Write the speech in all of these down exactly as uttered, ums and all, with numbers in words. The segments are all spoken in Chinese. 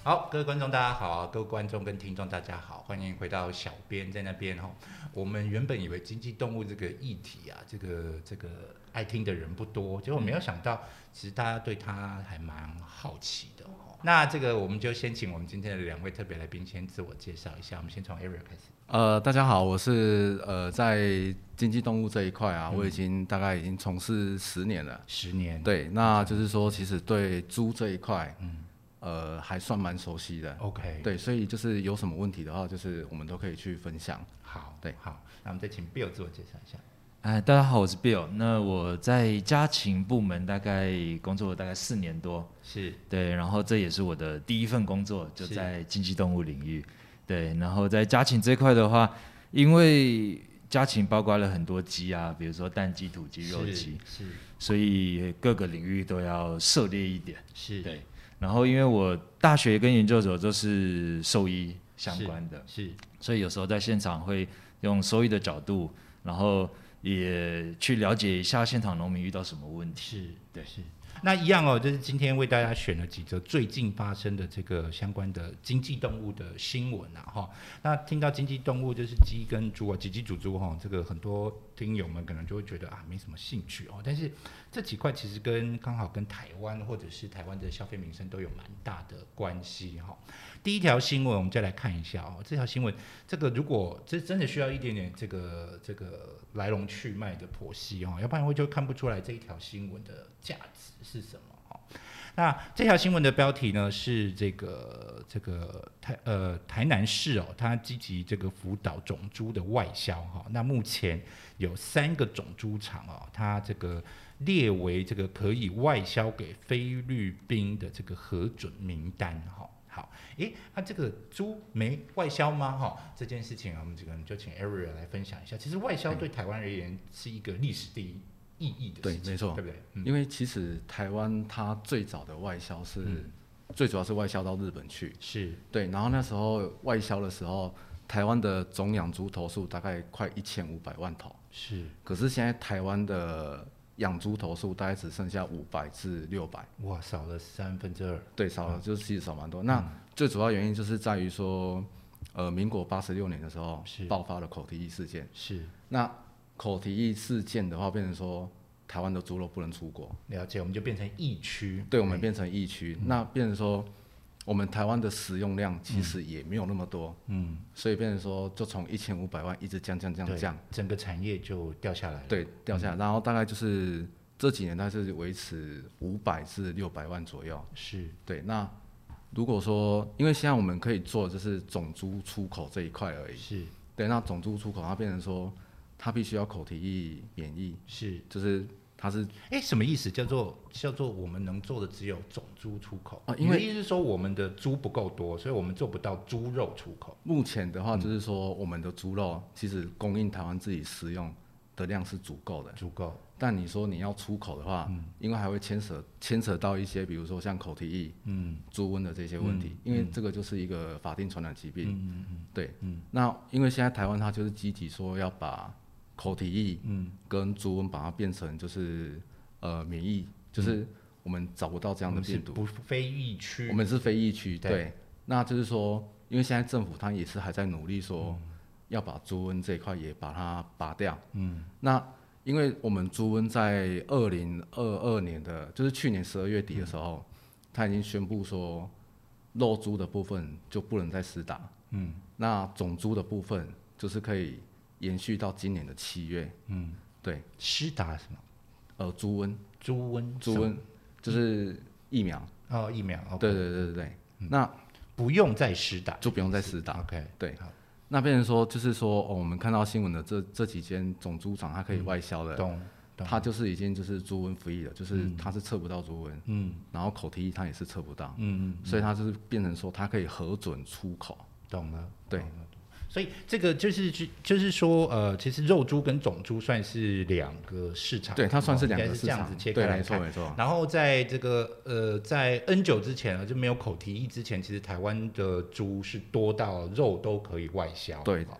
好，各位观众大家好，各位观众跟听众大家好，欢迎回到小编在那边哈。我们原本以为经济动物这个议题啊，这个这个爱听的人不多，结果没有想到，其实大家对它还蛮好奇的哦。那这个我们就先请我们今天的两位特别来宾先自我介绍一下，我们先从 Ariel 开始。 呃，大家好，我是呃在经济动物这一块啊，嗯、我已经大概已经从事十年了。 十年。 对，那就是说，其实对猪这一块，嗯。呃，还算蛮熟悉的。 OK， 对，所以就是有什么问题的话，就是我们都可以去分享。 好， 对， 好，那我们再请 Bill 自我介绍一下。 哎，大家好，我是 Bill。那我在家禽部门大概工作了大概四年多， 是对，然后这也是我的第一份工作，就在经济动物领域。对，然后在家禽这块的话，因为家禽包括了很多鸡啊，比如说蛋鸡、土鸡、肉鸡， 是， 所以各个领域都要涉猎一点。 是， 对。然后，因为我大学跟研究所都是兽医相关的， 是，是所以有时候在现场会用兽医的角度，然后也去了解一下现场农民遇到什么问题。 是， 对， 是。那一样哦，就是今天为大家选了几则最近发生的这个相关的经济动物的新闻啊，哈。那听到经济动物就是鸡跟猪啊，鸡鸡猪猪哈，这个很多听友们可能就会觉得啊没什么兴趣哦，但是这几块其实跟刚好跟台湾或者是台湾的消费民生都有蛮大的关系哈。第一条新闻我们再来看一下哦，这条新闻这个如果这真的需要一点点这个这个来龙去脉的剖析哈，要不然会就看不出来这一条新闻的价值是什么哈。那这条新闻的标题呢是这个这个台呃台南市哦，它积极这个辅导种猪的外销哈。那目前有三个种猪场哦，它这个列为这个可以外销给菲律宾的这个核准名单哈。好，诶，那、啊、这个猪没外销吗？哈，这件事情啊，我们这个就请 Ariel 来分享一下。其实外销对台湾而言是一个历史第一意义的事情， 对，没错， 对不对？嗯、 因为其实台湾它最早的外销是、嗯、最主要是外销到日本去， 是对。然后那时候外销的时候，台湾的总养猪头数大概快一千五百万头， 是。 可是现在台湾的养猪头数大概只剩下五百至六百， 哇，少了三分之二。 对，少了，就是其实少蛮多。嗯、那最主要原因就是在于说，呃，民国八十六年的时候爆发了口蹄疫事件。 是。 那口蹄疫事件的话，变成说台湾的猪肉不能出国。 了解，我们就变成疫区。 对，我们变成疫区。嗯、那变成说，我们台湾的食用量其实也没有那么多。嗯。所以变成说，就从一千五百万一直降降降降， 整个产业就掉下来了。 对，掉下来。嗯、然后大概就是这几年，它是维持五百至六百万左右。 是。对， 那。如果说，因为现在我们可以做就是种猪出口这一块而已， 是对。那种猪出口它变成说，它必须要口蹄疫免疫， 是， 就是它是， 哎，什么意思？叫做叫做我们能做的只有种猪出口啊？因为意思是说我们的猪不够多，所以我们做不到猪肉出口。 目前的话就是说，我们的猪肉其实供应台湾自己食用的量是足够的， 足够。 但你说你要出口的话，嗯、因为还会牵扯牵扯到一些，比如说像口蹄疫、嗯、猪瘟的这些问题，嗯、因为这个就是一个法定传染疾病。嗯嗯、对、嗯。那因为现在台湾它就是积极说要把口蹄疫跟猪瘟把它变成就是呃免疫，就是我们找不到这样的病毒。 不非疫区。 我们是非疫区，对。对。那就是说，因为现在政府它也是还在努力说，要把猪瘟这一块也把它拔掉。嗯。那因为我们猪瘟在二零二二年的，就是去年十二月底的时候，他、嗯、已经宣布说，肉猪的部分就不能再施打，嗯，那种猪的部分就是可以延续到今年的七月，嗯，对。 施打什么？ 呃，猪瘟。 猪瘟。 猪瘟就是疫苗。 哦，疫苗。Okay、 对对对对对。嗯、那不用再施打， 就不用再施打。 OK， 对。那变成说，就是说、哦，我们看到新闻的这这几间种猪场，它可以外销的， 懂、 嗯，它就是已经就是猪瘟 free 了，就是它是测不到猪瘟，嗯，然后口蹄疫它也是测不到，嗯嗯，所以它就是变成说，它可以核准出口， 懂了， 对。 懂了。所以这个就是就是说，呃，其实肉猪跟种猪算是两个市场， 对，它算是两个市场， 应该是这样子切开来看， 对，没错没错。 然后在这个呃，在 N 九 之前啊，就没有口蹄疫之前，其实台湾的猪是多到肉都可以外销， 对。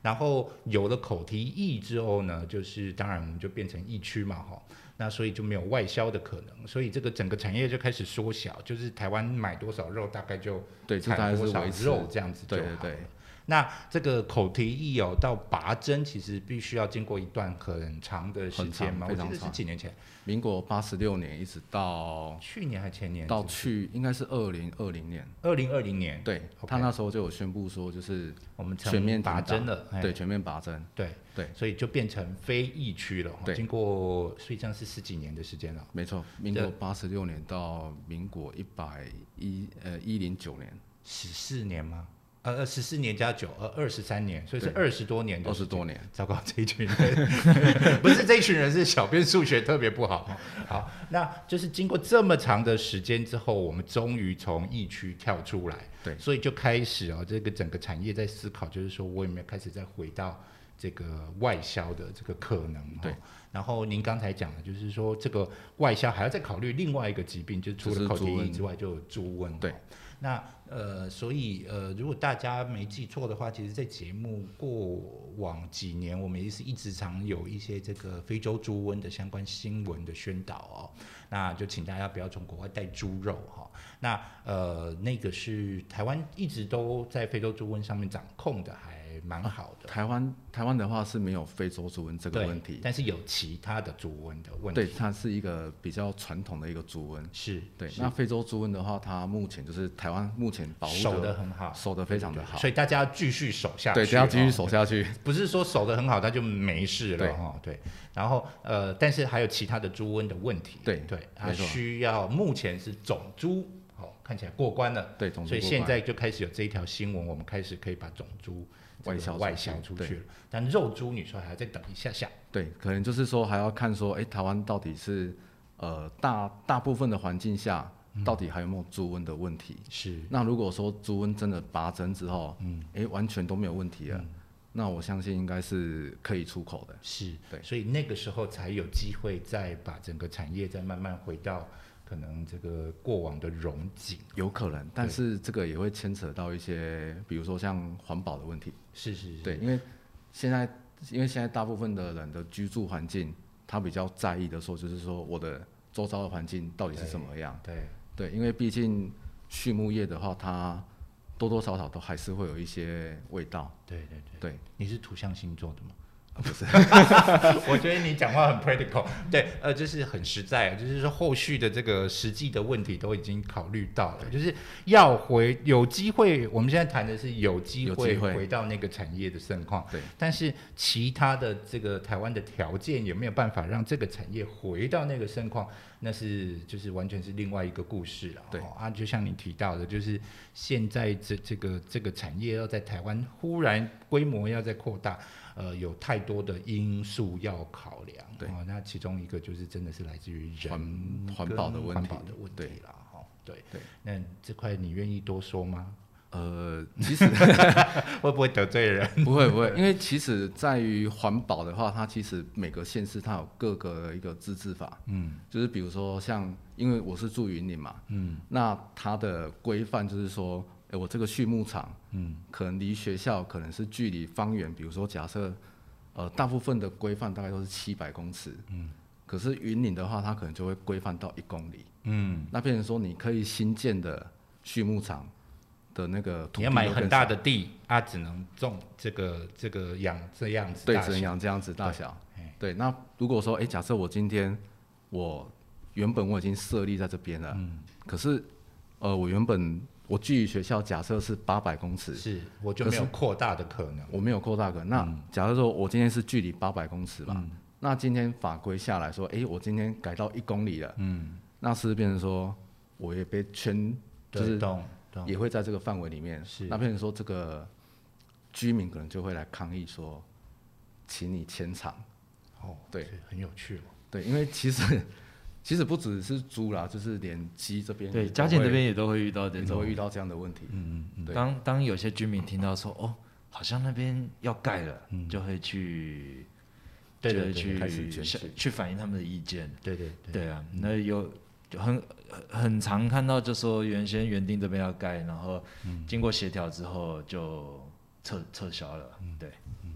然后有了口蹄疫之后呢，就是当然我们就变成疫区嘛哈，那所以就没有外销的可能，所以这个整个产业就开始缩小，就是台湾买多少肉大概就产多少肉这样子就好了。 对对对。 那这个口蹄疫哦，到拔针其实必须要经过一段很长的时间嘛，我记得是几年前， 民国八十六年一直到去年还前年， 到去应该是二零二零年， 二零二零年， 对， okay. 他那时候就有宣布说，就是我们全面拔针了， 对，全面拔针， 对对， 所以就变成非疫区了， 对， 经过所以这样是十几年的时间了， 没错，民国八十六年到民国一百一呃一零九年， 十四年吗？呃，十四年加九，呃，二十三年，所以是二十多年， 二十多年。 糟糕，这一群人不是这一群人，是小编数学特别不好。好，那就是经过这么长的时间之后，我们终于从疫区跳出来， 对， 所以就开始哦，这个整个产业在思考，就是说我有没有开始再回到这个外销的这个可能？ 对。 然后您刚才讲的，就是说这个外销还要再考虑另外一个疾病，就是除了口蹄疫之外，就有猪瘟。 对。 那呃，所以呃，如果大家没记错的话，其实，在节目过往几年，我们也是一直常有一些这个非洲猪瘟的相关新闻的宣导哦。那就请大家不要从国外带猪肉哈、哦。那呃，那个是台湾一直都在非洲猪瘟上面掌控的，还蛮好的。 啊、台湾台湾的话是没有非洲猪瘟这个问题， 但是有其他的猪瘟的问题。 对，它是一个比较传统的一个猪瘟。 是， 对。那非洲猪瘟的话，它目前就是台湾目前保护守得很好， 守得非常的好， 所以大家要继续守下去。 对，要继续守下去。 不是说守得很好，它就没事了哈。对。然后呃，但是还有其他的猪瘟的问题。 对对，它需要目前是种猪。看起来过关了， 对，种猪过关， 所以现在就开始有这一条新闻，我们开始可以把种猪外销外销出去了。但肉猪你说还要再等一下下， 对，可能就是说还要看说，哎，台湾到底是呃大大部分的环境下，到底还有没有猪瘟的问题？ 嗯、是。 那如果说猪瘟真的拔针之后，嗯，哎，完全都没有问题了。嗯，那我相信应该是可以出口的， 是对， 所以那个时候才有机会再把整个产业再慢慢回到可能这个过往的荣景， 有可能，但是这个也会牵扯到一些，比如说像环保的问题， 是是是， 对，因为现在因为现在大部分的人的居住环境，他比较在意的说，就是说我的周遭的环境到底是怎么样， 对对, 对，因为毕竟畜牧业的话，它多多少少都还是会有一些味道， 对对对对， 你是土象星座的吗？ 不是， 我觉得你讲话很 practical， 对，呃，就是很实在，就是说后续的这个实际的问题都已经考虑到了，就是要回有机会，我们现在谈的是有机会回到那个产业的盛况， 对， 但是其他的这个台湾的条件有没有办法让这个产业回到那个盛况，那是就是完全是另外一个故事了， 对、 哦、啊，就像你提到的，就是现在这这个这个产业要在台湾忽然规模要再扩大。呃，有太多的因素要考量， 对、 哦，那其中一个就是真的是来自于人环保的问题， 环保的问题啦，哈，对对。那这块你愿意多说吗？ 呃，其实会不会得罪人？ 不会不会，因为其实在于环保的话，它其实每个县市它有各个的一个自治法，嗯，就是比如说像，因为我是住云林嘛，嗯，那它的规范就是说。欸、我这个畜牧场，嗯，可能离学校可能是距离方圆，比如说假设，呃，大部分的规范大概都是七百公尺，嗯，可是云林的话，它可能就会规范到一公里，嗯，那变成说你可以新建的畜牧场的那个土地， 你要买很大的地，它、啊、只能种这个这个养这样子大小， 对，只能养这样子大小，对。对，那如果说，哎、欸，假设我今天我原本我已经设立在这边了，嗯，可是，呃，我原本我距离学校假设是八百公尺， 是我就没有扩大的可能， 我没有扩大可能。那、嗯、假设说我今天是距离八百公尺嘛、嗯，那今天法规下来说，哎、欸，我今天改到一公里了，嗯，那是不是变成说我也被圈，就是也会在这个范围里面，是那变成说这个居民可能就会来抗议说，请你迁场， 哦，对，很有趣哦， 对，因为其实。其实不只是猪啦，就是连鸡这边， 对，嘉靖这边也都会遇到这种， 会遇到这样的问题。嗯嗯嗯。当当有些居民听到说，哦，好像那边要盖了，嗯、就会去， 对对对， 去开始去去反映他们的意见。 对对对。 对啊，那有很很常看到，就说原先园丁这边要盖，然后经过协调之后就撤撤销了。嗯，对。 嗯，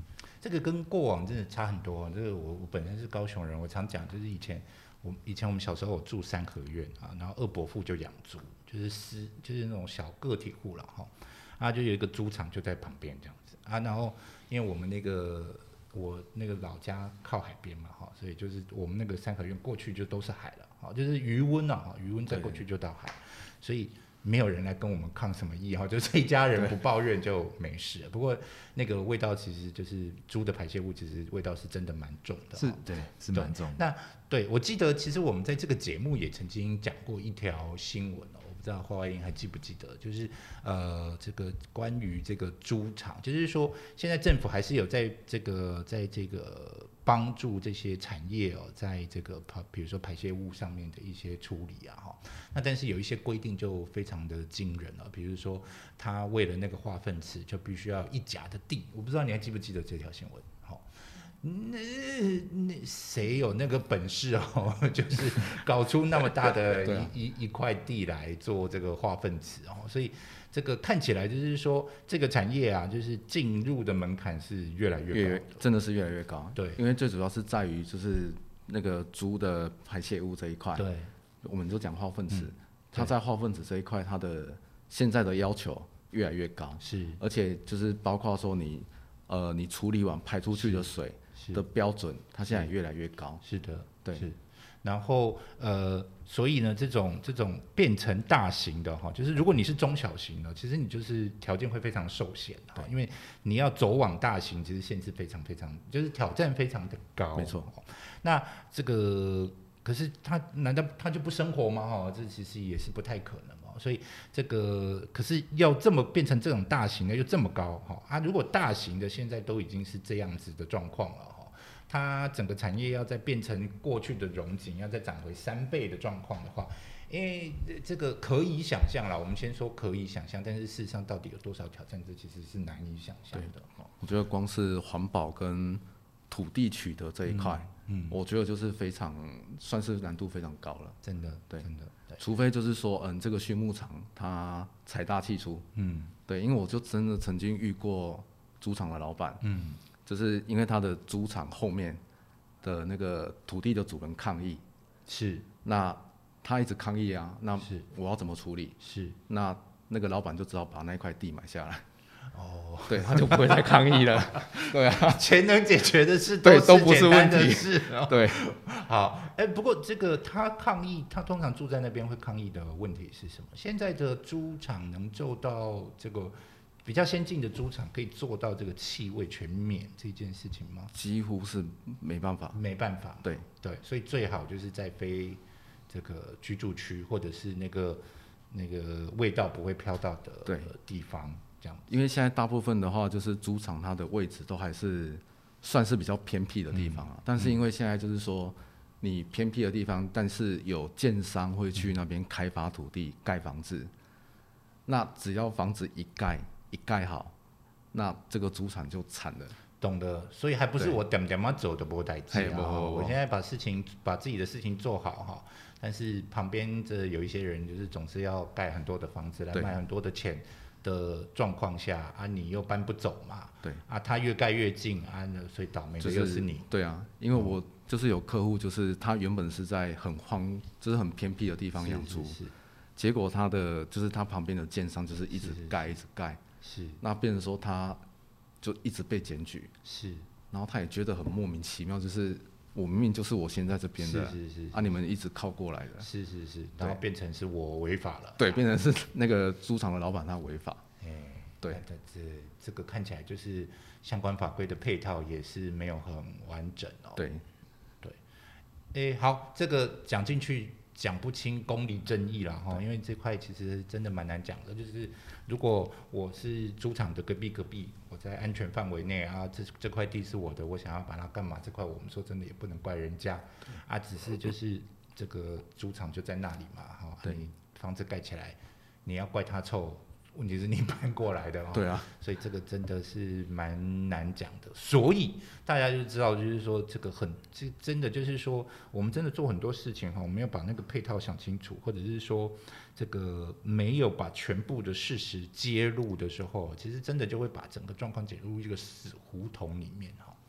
这个跟过往真的差很多。这个我我本身是高雄人，我常讲就是以前我以前我们小时候有住三合院啊，然后二伯父就养猪，就是私就是那种小个体户了哈，啊就有一个猪场就在旁边这样子啊，然后因为我们那个我那个老家靠海边嘛哈，所以就是我们那个三合院过去就都是海了，好就是余温啊，余温再过去就到海，所以没有人来跟我们抗什么议哈，就是一家人不抱怨就没事了。不过那个味道其实就是猪的排泄物，其实味道是真的蛮重的， 是对，是蛮重的。 那对我记得，其实我们在这个节目也曾经讲过一条新闻哦，我不知道花花英还记不记得，就是呃，这个关于这个猪场，就是说现在政府还是有在这个在这个帮助这些产业哦，在这个比如说排泄物上面的一些处理啊哈。那但是有一些规定就非常的惊人了，比如说他为了那个化粪池就必须要一甲的地，我不知道你还记不记得这条新闻？好，那那谁有那个本事哦，就是搞出那么大的一、啊、一一块地来做这个化粪池哦，所以这个看起来就是说这个产业啊，就是进入的门槛是越来越高越，真的是越来越高。 对， 因为最主要是在于就是那个猪的排泄物这一块。 对。 我们就讲化粪池， 嗯、 它在化粪池这一块，它的现在的要求越来越高， 是， 而且就是包括说你，呃，你处理完排出去的水的标准，它现在也越来越高。 是的， 对。 是然后呃，所以呢，这种这种变成大型的哈，就是如果你是中小型的，其实你就是条件会非常受限哈，因为你要走往大型，其实限制非常非常，就是挑战非常的高。 没错。 那这个。可是他难道他就不生活吗？哈，这其实也是不太可能哦。所以这个可是要这么变成这种大型的又这么高哈啊！如果大型的现在都已经是这样子的状况了哈，它整个产业要再变成过去的荣景，要再涨回三倍的状况的话，因为这个可以想象啦。我们先说可以想象，但是事实上到底有多少挑战，这其实是难以想象的。 我觉得光是环保跟土地取得这一块。嗯嗯，我觉得就是非常算是难度非常高了， 真的， 对， 真的， 除非就是说，嗯，这个畜牧场它财大气粗，嗯，对，因为我就真的曾经遇过猪场的老板，嗯，就是因为他的猪场后面的那个土地的主人抗议， 是， 那他一直抗议啊，那我要怎么处理？ 是， 那那个老板就只好把那块地买下来。 哦， 对，他就不会再抗议了。对啊， 钱能解决的事， 对，都不是问题。 是， 对， 好，哎，不过这个他抗议，他通常住在那边会抗议的问题是什么？现在的猪场能做到这个比较先进的猪场可以做到这个气味全免这件事情吗？ 几乎是没办法， 没办法。 对对，所以最好就是在非这个居住区或者是那个那个味道不会飘到的地方。 因为现在大部分的话，就是猪场它的位置都还是算是比较偏僻的地方啊。嗯、但是因为现在就是说，你偏僻的地方，但是有建商会去那边开发土地、盖房子，那只要房子一盖一盖好，那这个猪场就惨了。 懂的，所以还不是我点点嘛走的不代志啊。我现在把事情把自己的事情做好哈，但是旁边这有一些人就是总是要盖很多的房子来卖很多的钱。的状况下啊，你又搬不走嘛？ 对啊，他越盖越近啊，所以倒霉的又是你。 就是、对啊，因为我就是有客户，就是他原本是在很荒，就是很偏僻的地方养猪， 是是是结果他的就是他旁边的建商就是一直盖一直盖， 是， 那变成说他就一直被检举， 是， 然后他也觉得很莫名其妙，就是我明明就是我先在这边的， 是是 是, 是啊，你们一直靠过来的， 是是是，然后变成是我违法了， 对，变成是那个猪场的老板他违法， 哎， 对， 这这个看起来就是相关法规的配套也是没有很完整哦， 对， 对，哎，好，这个讲进去讲不清公理正义啦哈，因为这块其实真的蛮难讲的，就是如果我是猪场的隔壁隔壁，我在安全范围内啊，这这块地是我的，我想要把它干嘛？这块我们说真的也不能怪人家啊，只是就是这个猪场就在那里嘛哈， 对， 你房子盖起来，你要怪它臭。问题是你搬过来的， 对啊， 所以这个真的是蛮难讲的。所以大家就知道，就是说这个很，这真的就是说，我们真的做很多事情哈，我们要把那个配套想清楚，或者是说这个没有把全部的事实揭露的时候，其实真的就会把整个状况卷入一个死胡同里面哈。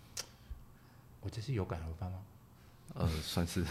我这是有感而发吗？ 呃，算是。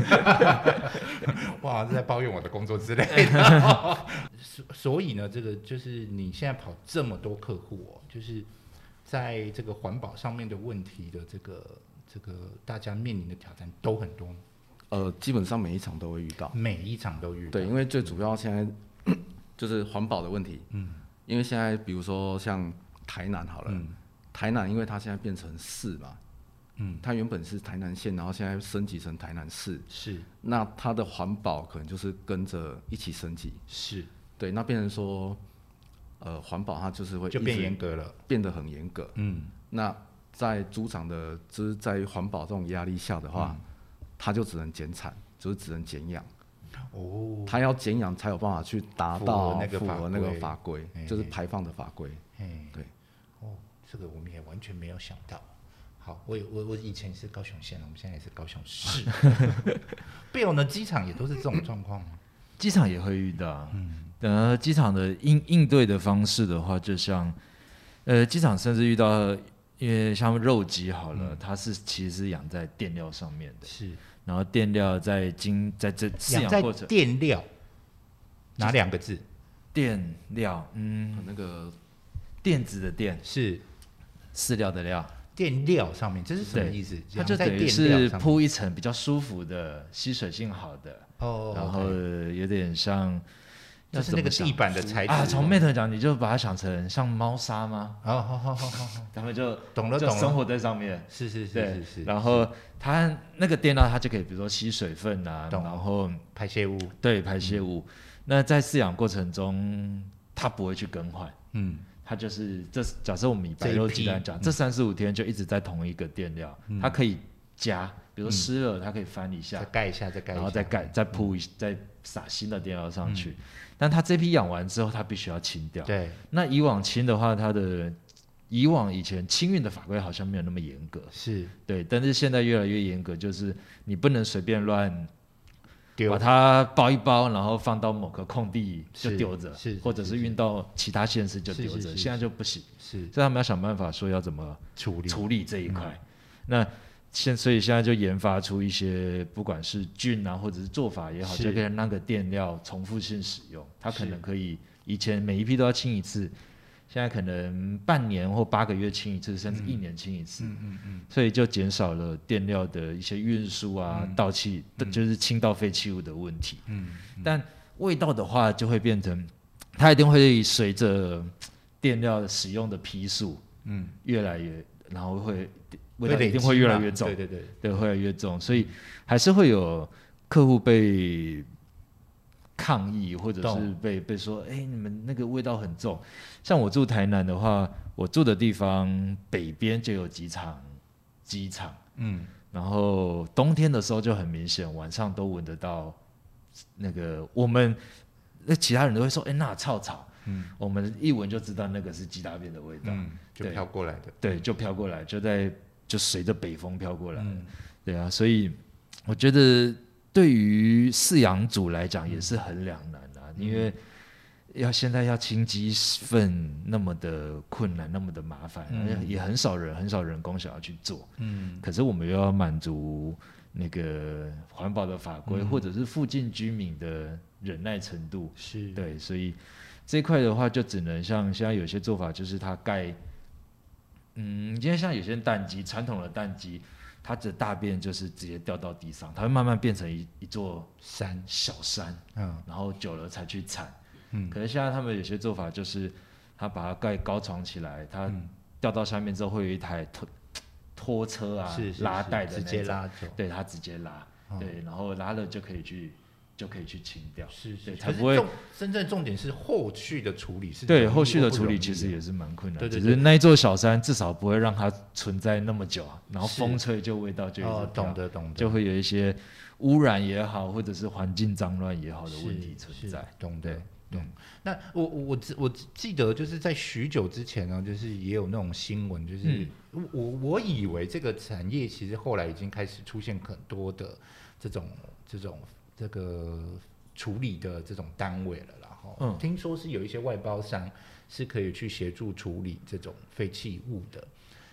我好像是在抱怨我的工作之类的。所以呢，这个就是你现在跑这么多客户哦，就是在这个环保上面的问题的这个这个大家面临的挑战都很多。 呃，基本上每一场都会遇到， 每一场都遇到。 对，因为最主要现在就是环保的问题。嗯。因为现在比如说像台南好了，嗯、台南因为它现在变成市嘛。嗯，它原本是台南县，然后现在升级成台南市。 是， 那它的环保可能就是跟着一起升级。 是， 对，那变成说，呃，环保它就是会就变严格了， 变得很严格。嗯，那在猪场的，就是在环保这种压力下的话，嗯、它就只能减产，就是只能减养。哦，它要减养才有办法去达到符合那个法规，就是排放的法规。对， 哦，这个我们也完全没有想到。好，我我我以前是高雄县，我们现在也是高雄市。Bill 呢，机场也都是这种状况吗？ 机场也会遇到，嗯，呃，机场的应应对的方式的话，就像，呃，机场甚至遇到，因为像肉鸡好了，嗯、它是其实是养在垫料上面的， 是， 然后垫料在经在这饲养过程， 垫料，哪两个字？ 垫料，嗯， 那个垫子的垫是饲料的料。 垫料上面，这是什么意思？ 它就等于是铺一层比较舒服的、吸水性好的， 哦， 然后有点像， 就是那个地板的材质啊。从 Mate 讲，你就把它想成像猫砂吗？ 好好好好好， 他们就懂了懂了， 生活在上面。 是是是是是。 然后它那个垫料，它就可以比如说吸水分啊，然后排泄物， 对排泄物。那在饲养过程中，它不会去更换，嗯。它就是这，假设我们以白肉鸡来讲，这三十五天就一直在同一个垫料，嗯、它可以加，比如说湿了，它可以翻一下， 再盖一下，再盖一下， 然后再盖，再铺一，再撒新的垫料上去。嗯、但它这批养完之后，它必须要清掉。 对， 那以往清的话，它的以往以前清运的法规好像没有那么严格， 是对， 但是现在越来越严格，就是你不能随便乱。把它包一包，然后放到某个空地就丢着，或者是运到其他县市就丢着，现在就不行。 是， 所以他们要想办法说要怎么处理处理这一块。嗯、那现所以现在就研发出一些，不管是菌啊，或者是做法也好，就可以让那个垫料重复性使用。它可能可以以前每一批都要清一次。现在可能半年或八个月清一次，甚至一年清一次，嗯嗯嗯，所以就减少了垫料的一些运输啊、嗯、倒气，嗯、就是倾倒废弃物的问题。嗯，嗯但味道的话，就会变成，它一定会随着垫料使用的批数，嗯，越来越，然后会味道一定会越来越重， 对对对， 对，会越来越重，所以还是会有客户被抗议，或者是被被说，哎、欸，你们那个味道很重。像我住台南的话，我住的地方北边就有几场机场，嗯，然后冬天的时候就很明显，晚上都闻得到那个我们那其他人都会说，哎、欸，那臭草，嗯，我们一闻就知道那个是鸡大便的味道， 嗯，就飘过来的， 对，就飘过来，就在就随着北风飘过来，嗯，对啊，所以我觉得对于饲养主来讲也是很两难啊，嗯、因为。要现在要清鸡粪那么的困难，那么的麻烦，嗯、也很少人很少人工想要去做。嗯，可是我们又要满足那个环保的法规，嗯、或者是附近居民的忍耐程度。 是对，所以这一块的话，就只能像现在有些做法，就是它盖，嗯，因为像有些蛋鸡，传统的蛋鸡，它的大便就是直接掉到地上，它会慢慢变成一一座山小山，嗯，然后久了才去铲。嗯，可是现在他们有些做法就是，他把它盖高床起来，它掉到下面之后会有一台拖拖车啊， 是是是拉带的那种， 直接拉走， 对，它直接拉，嗯、对，然后拉了就可以去就可以去清掉， 是是， 对，才不会。 真正重点是后续的处理是， 对，后续的处理其实也是蛮困难， 对对对， 只是那一座小山至少不会让它存在那么久，然后风吹就味道就一直哦，懂得懂得， 就会有一些污染也好，或者是环境脏乱也好的问题存在， 懂得。嗯，那我我我记得就是在许久之前呢，就是也有那种新闻，就是、嗯、我我以为这个产业其实后来已经开始出现很多的这种这种这个处理的这种单位了，然后、嗯、听说是有一些外包商是可以去协助处理这种废弃物的。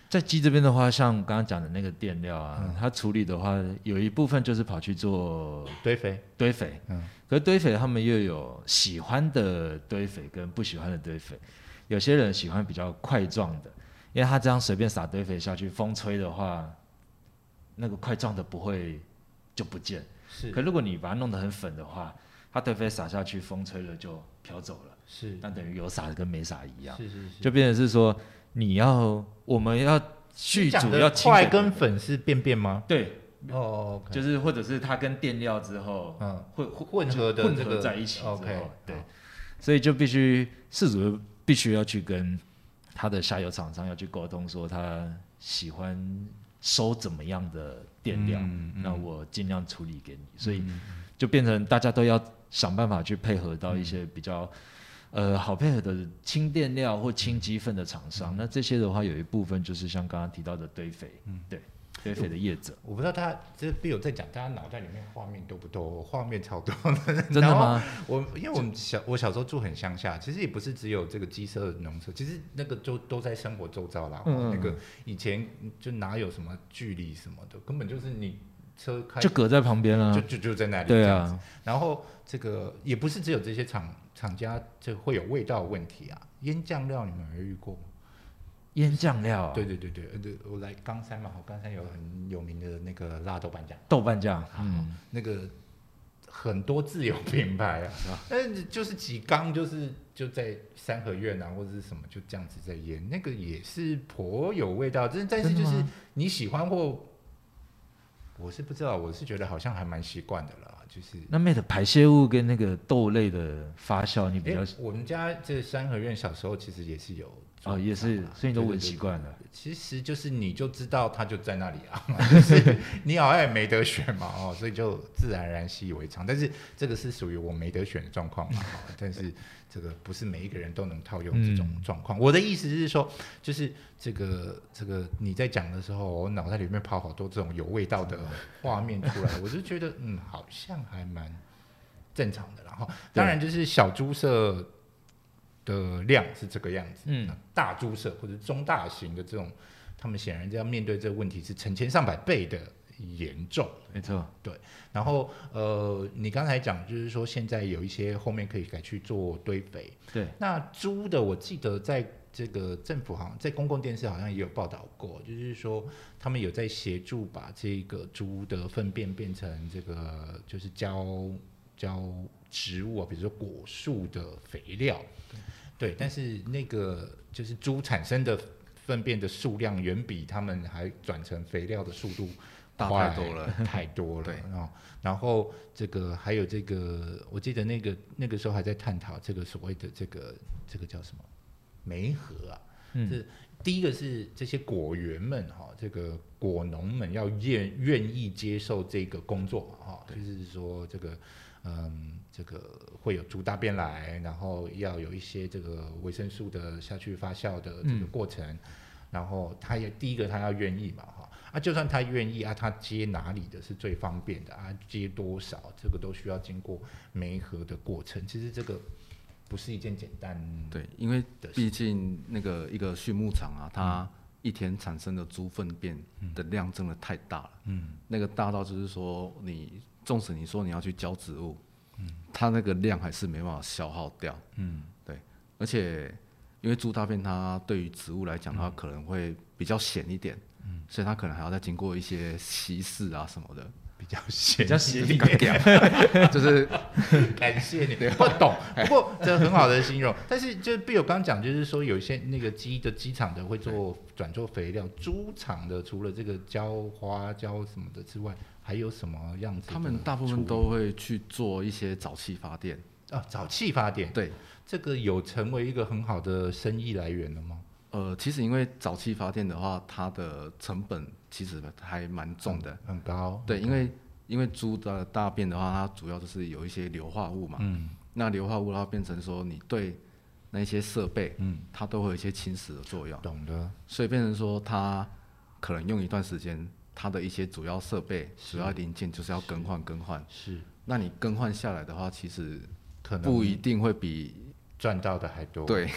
在鸡这边的话，像刚刚讲的那个垫料啊， 嗯它处理的话，有一部分就是跑去做堆肥， 堆肥， 嗯， 可是堆肥他们又有喜欢的堆肥跟不喜欢的堆肥，有些人喜欢比较块状的，因为他这样随便撒堆肥下去，风吹的话，那个块状的不会就不见。 是， 可如果你把它弄得很粉的话，它堆肥撒下去，风吹了就飘走了， 是， 那等于有撒跟没撒一样， 是是是， 就变成是说你要我们要续主要清块跟粉是便便吗？ 对。 哦， okay， 就是或者是它跟垫料之后， 嗯， 混混合的混这个合在一起之后， OK， 对，所以就必须事主必须要去跟他的下游厂商要去沟通，说他喜欢收怎么样的垫料， 嗯嗯那我尽量处理给你，所以就变成大家都要想办法去配合到一些比较。呃，好配合的轻垫料或轻鸡粪的厂商，那这些的话有一部分就是像刚刚提到的堆肥，嗯，对，堆肥的业者。 我不知道他这 Bill 在讲，大家脑袋里面画面多不多？我画面超多的。 真的吗？ 我因为我们小我小时候住很乡下，其实也不是只有这个鸡舍农舍，其实那个都都在生活周遭啦。嗯、那个以前就哪有什么距离什么的，根本就是你车开就隔在旁边啊， 就就就在那里。 对啊。 然后这个也不是只有这些厂厂家就会有味道的问题啊。腌酱料你们有遇过吗？ 腌酱料啊？ 对对对对，对，我来冈山嘛，冈山有很有名的那个辣豆瓣酱。 豆瓣酱，嗯， 那个很多自有品牌啊，但是就是几缸，就是就在三合院啊或者是什么，就这样子在腌，那个也是颇有味道。但但是就是你喜欢或我是不知道，我是觉得好像还蛮习惯的啦。就是那妹的排泄物跟那个豆类的发酵，你比较、 欸、我们家这三合院小时候其实也是有哦，也是，所以你都闻习惯了。 对对对，其实就是你就知道它就在那里啊，就是你好像也没得选嘛，哦，所以就自然而然习以为常。但是这个是属于我没得选的状况嘛，但是这个不是每一个人都能套用这种状况。嗯、我的意思是说，就是这个这个你在讲的时候，我脑袋里面跑好多这种有味道的画面出来，我就觉得嗯，好像还蛮正常的。然后当然就是小猪舍的量是这个样子，嗯，大猪舍或者中大型的这种，他们显然就要面对这个问题是成千上百倍的严重， 没错， 对。然后呃，你刚才讲就是说现在有一些后面可以改去做堆肥， 对。 那猪的我记得在这个政府好像在公共电视好像也有报道过，就是说他们有在协助把这个猪的粪便变成这个就是浇浇植物啊，比如说果树的肥料。对，但是那个就是猪产生的粪便的数量远比他们还转成肥料的速度大太多了， 太多了。 对， 哦，然后这个还有这个，我记得那个那个时候还在探讨这个所谓的这个这个叫什么媒合啊，嗯，是第一个是这些果园们哈，这个果农们要愿愿意接受这个工作哈，就是说这个。嗯，这个会有猪大便来，然后要有一些这个维生素的下去发酵的这个过程，嗯、然后他也第一个他要愿意嘛哈，啊就算他愿意啊，他接哪里的是最方便的啊，接多少这个都需要经过媒合的过程，其实这个不是一件简单的。 对，因为毕竟那个一个畜牧场啊，它一天产生的猪粪便的量真的太大了，嗯，那个大到就是说你。纵使你说你要去浇植物，嗯，它那个量还是没办法消耗掉，嗯，对，而且因为猪大便它对于植物来讲，它可能会比较咸一点，嗯，所以它可能还要再经过一些稀释啊什么的， 比较咸， 比较咸一点，就是感谢你，不懂，不过这很好的形容。但是就是Bill刚讲，就是说有一些那个鸡的鸡场的会做转做肥料，猪场的除了这个浇花浇什么的之外。还有什么样子？ 他们大部分都会去做一些沼气发电啊，沼气发电， 对， 这个有成为一个很好的生意来源了吗？ 呃，其实因为沼气发电的话，它的成本其实还蛮重的， 很, 很高。 对，因为因为猪的大便的话，它主要就是有一些硫化物嘛，嗯，那硫化物它变成说你对那些设备，嗯，它都会有一些侵蚀的作用， 懂的， 所以变成说它可能用一段时间。它的一些主要设备、主要零件就是要更换更换。 是， 那你更换下来的话，其实可能不一定会比赚到的还多。 对，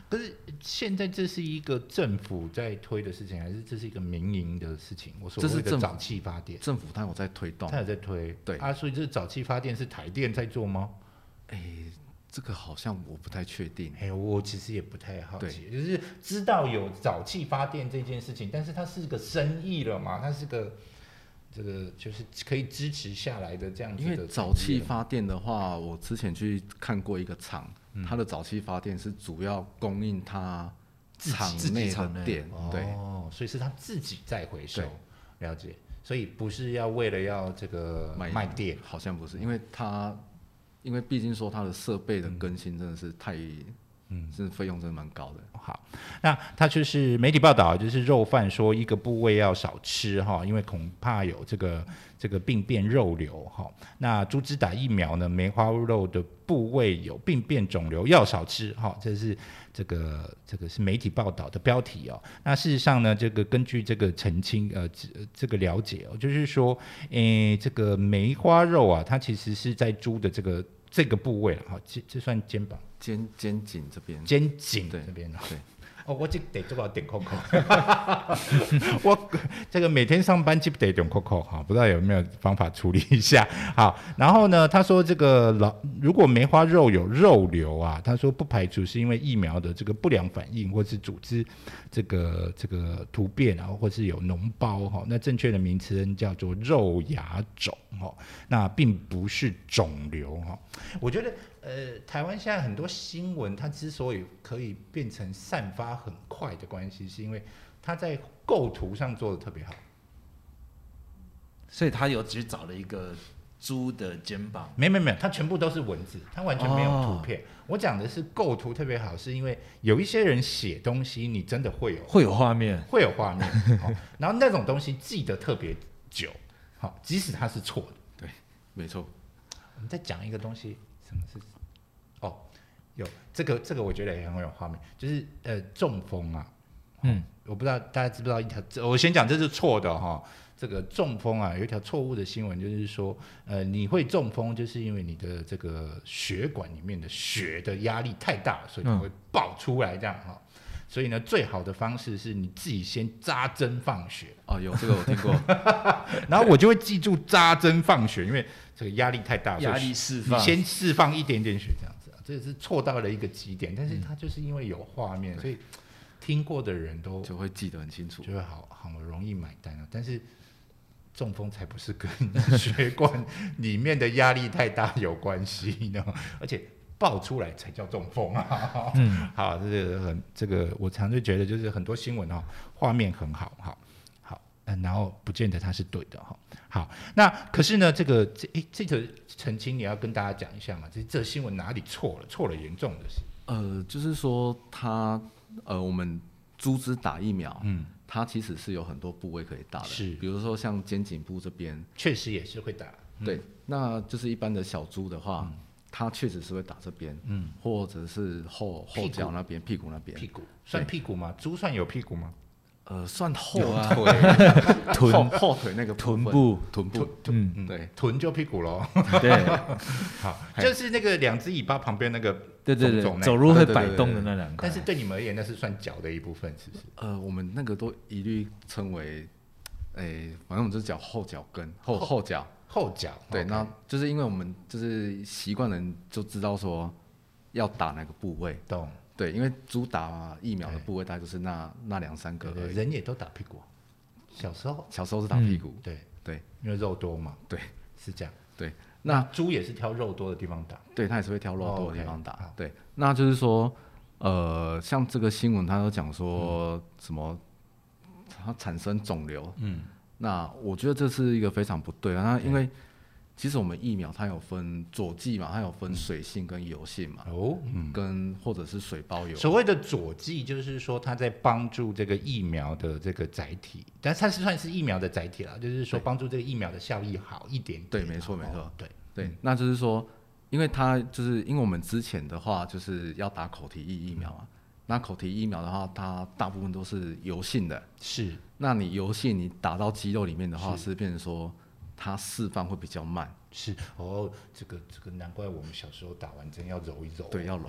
可是现在这是一个政府在推的事情，还是这是一个民营的事情？我所谓的沼气发电， 政府它有在推动， 它有在推， 对啊，所以这沼气发电是台电在做吗？ 哎，这个好像我不太确定。 哎，我其实也不太好奇，就是知道有沼气发电这件事情，但是它是个生意了嘛，它是个。这个就是可以支持下来的这样子的。 因为沼气发电的话，我之前去看过一个厂，嗯、它的沼气发电是主要供应它厂内的电，对， 哦，所以是它自己在回收，了解。所以不是要为了要这个卖电， 好像不是，因为它因为毕竟说它的设备的更新真的是太。嗯，这费用真的蛮高的。 好，那他就是媒体报道，就是肉贩说一个部位要少吃哈，因为恐怕有这个这个病变肉瘤哈。那猪只打疫苗呢，梅花肉的部位有病变肿瘤要少吃哈，这是这个这个是媒体报道的标题哦。那事实上呢，这个根据这个澄清呃这个了解哦，就是说，诶这个梅花肉啊，它其实是在猪的这个这个部位了哈，这这算肩膀。 肩肩颈这边， 肩颈这边哦， 对， 哦，我这得做到点扣扣，我这个每天上班就得点扣扣哈，不知道有没有方法处理一下。好，然后呢，他说这个老如果梅花肉有肉瘤啊，他说不排除是因为疫苗的这个不良反应，或是组织这个这个突变啊，或是有脓包哈，那正确的名词叫做肉芽肿哈，那并不是肿瘤哈。我觉得。呃，台湾现在很多新闻，它之所以可以变成散发很快的关系，是因为它在构图上做的特别好。 所以他有只找了一个猪的肩膀， 没没没有，它全部都是文字，它完全没有图片。哦、我讲的是构图特别好，是因为有一些人写东西，你真的会有会有画面， 会有画面、哦，然后那种东西记得特别久，好、哦，即使它是错的。 对，没错。 我们再讲一个东西，什么是？哦，有这个这个我觉得也很有画面，就是呃中风啊，嗯，我不知道大家知不知道一条，我先讲这是错的哈、哦，这个中风啊有一条错误的新闻，就是说呃你会中风，就是因为你的这个血管里面的血的压力太大，所以它会爆出来这样哈、哦。所以呢，最好的方式是你自己先扎针放血。 哦，有这个我听过。 然后我就会记住扎针放血，因为这个压力太大， 压力释放， 你先释放一点点血这样子。这是错到了一个极点，但是它就是因为有画面，嗯、所以听过的人都就会记得很清楚， 就会好好容易买单啊。但是中风才不是跟血管里面的压力太大有关系呢，而且爆出来才叫中风啊。嗯，好，这个很这个我常就觉得就是很多新闻哈、哦，画面很好，好。嗯，然后不见得它是对的哈。好，那可是呢，这个这诶，这个澄清你要跟大家讲一下嘛，这这新闻哪里错了？错了严重的是， 呃，就是说它呃，我们猪只打疫苗，嗯，它其实是有很多部位可以打的， 是， 比如说像肩颈部这边， 确实也是会打， 嗯、对，那就是一般的小猪的话，嗯、它确实是会打这边，嗯，或者是后后脚那边、屁股那边， 屁股算屁股吗？猪算有屁股吗？ 呃，算后啊， 臀后后腿那个臀部， 臀部， 嗯嗯，对，臀就屁股咯。 对， 好，就是那个两只尾巴旁边那个， 对对对，走路会摆动的那两块。 但是对你们而言，那是算脚的一部分，是不是？ 呃，我们那个都一律称为，诶，反正我们就是脚后脚跟，后后脚， 后脚。 对，那就是因为我们就是习惯人就知道说要打哪个部位， 懂。 对，因为猪打疫苗的部位大概就是那那两三个而已， 人也都打屁股。小时候， 小时候是打屁股， 嗯、对对， 因为肉多嘛， 对， 是这样。 对，那猪也是挑肉多的地方打， 对，它也是会挑肉多的地方打。 哦 okay、 对，那就是说，呃，像这个新闻，它有讲说什么，它产生肿瘤，嗯，那我觉得这是一个非常不对的，那因为。其实我们疫苗它有分佐剂嘛，它有分水性跟油性嘛，哦，嗯、跟或者是水包油。 所谓的佐剂就是说它在帮助这个疫苗的这个载体，但它是算是疫苗的载体啦，就是说帮助这个疫苗的效益好一点点。 对，没错没错， 对对，嗯、那就是说，因为它就是因为我们之前的话就是要打口蹄疫疫苗嘛，嗯、那口蹄疫苗的话，它大部分都是油性的， 是， 那你油性你打到肌肉里面的话，是, 是变成说。它释放会比较慢， 是哦，这个这个难怪我们小时候打完针要揉一揉， 对，要揉，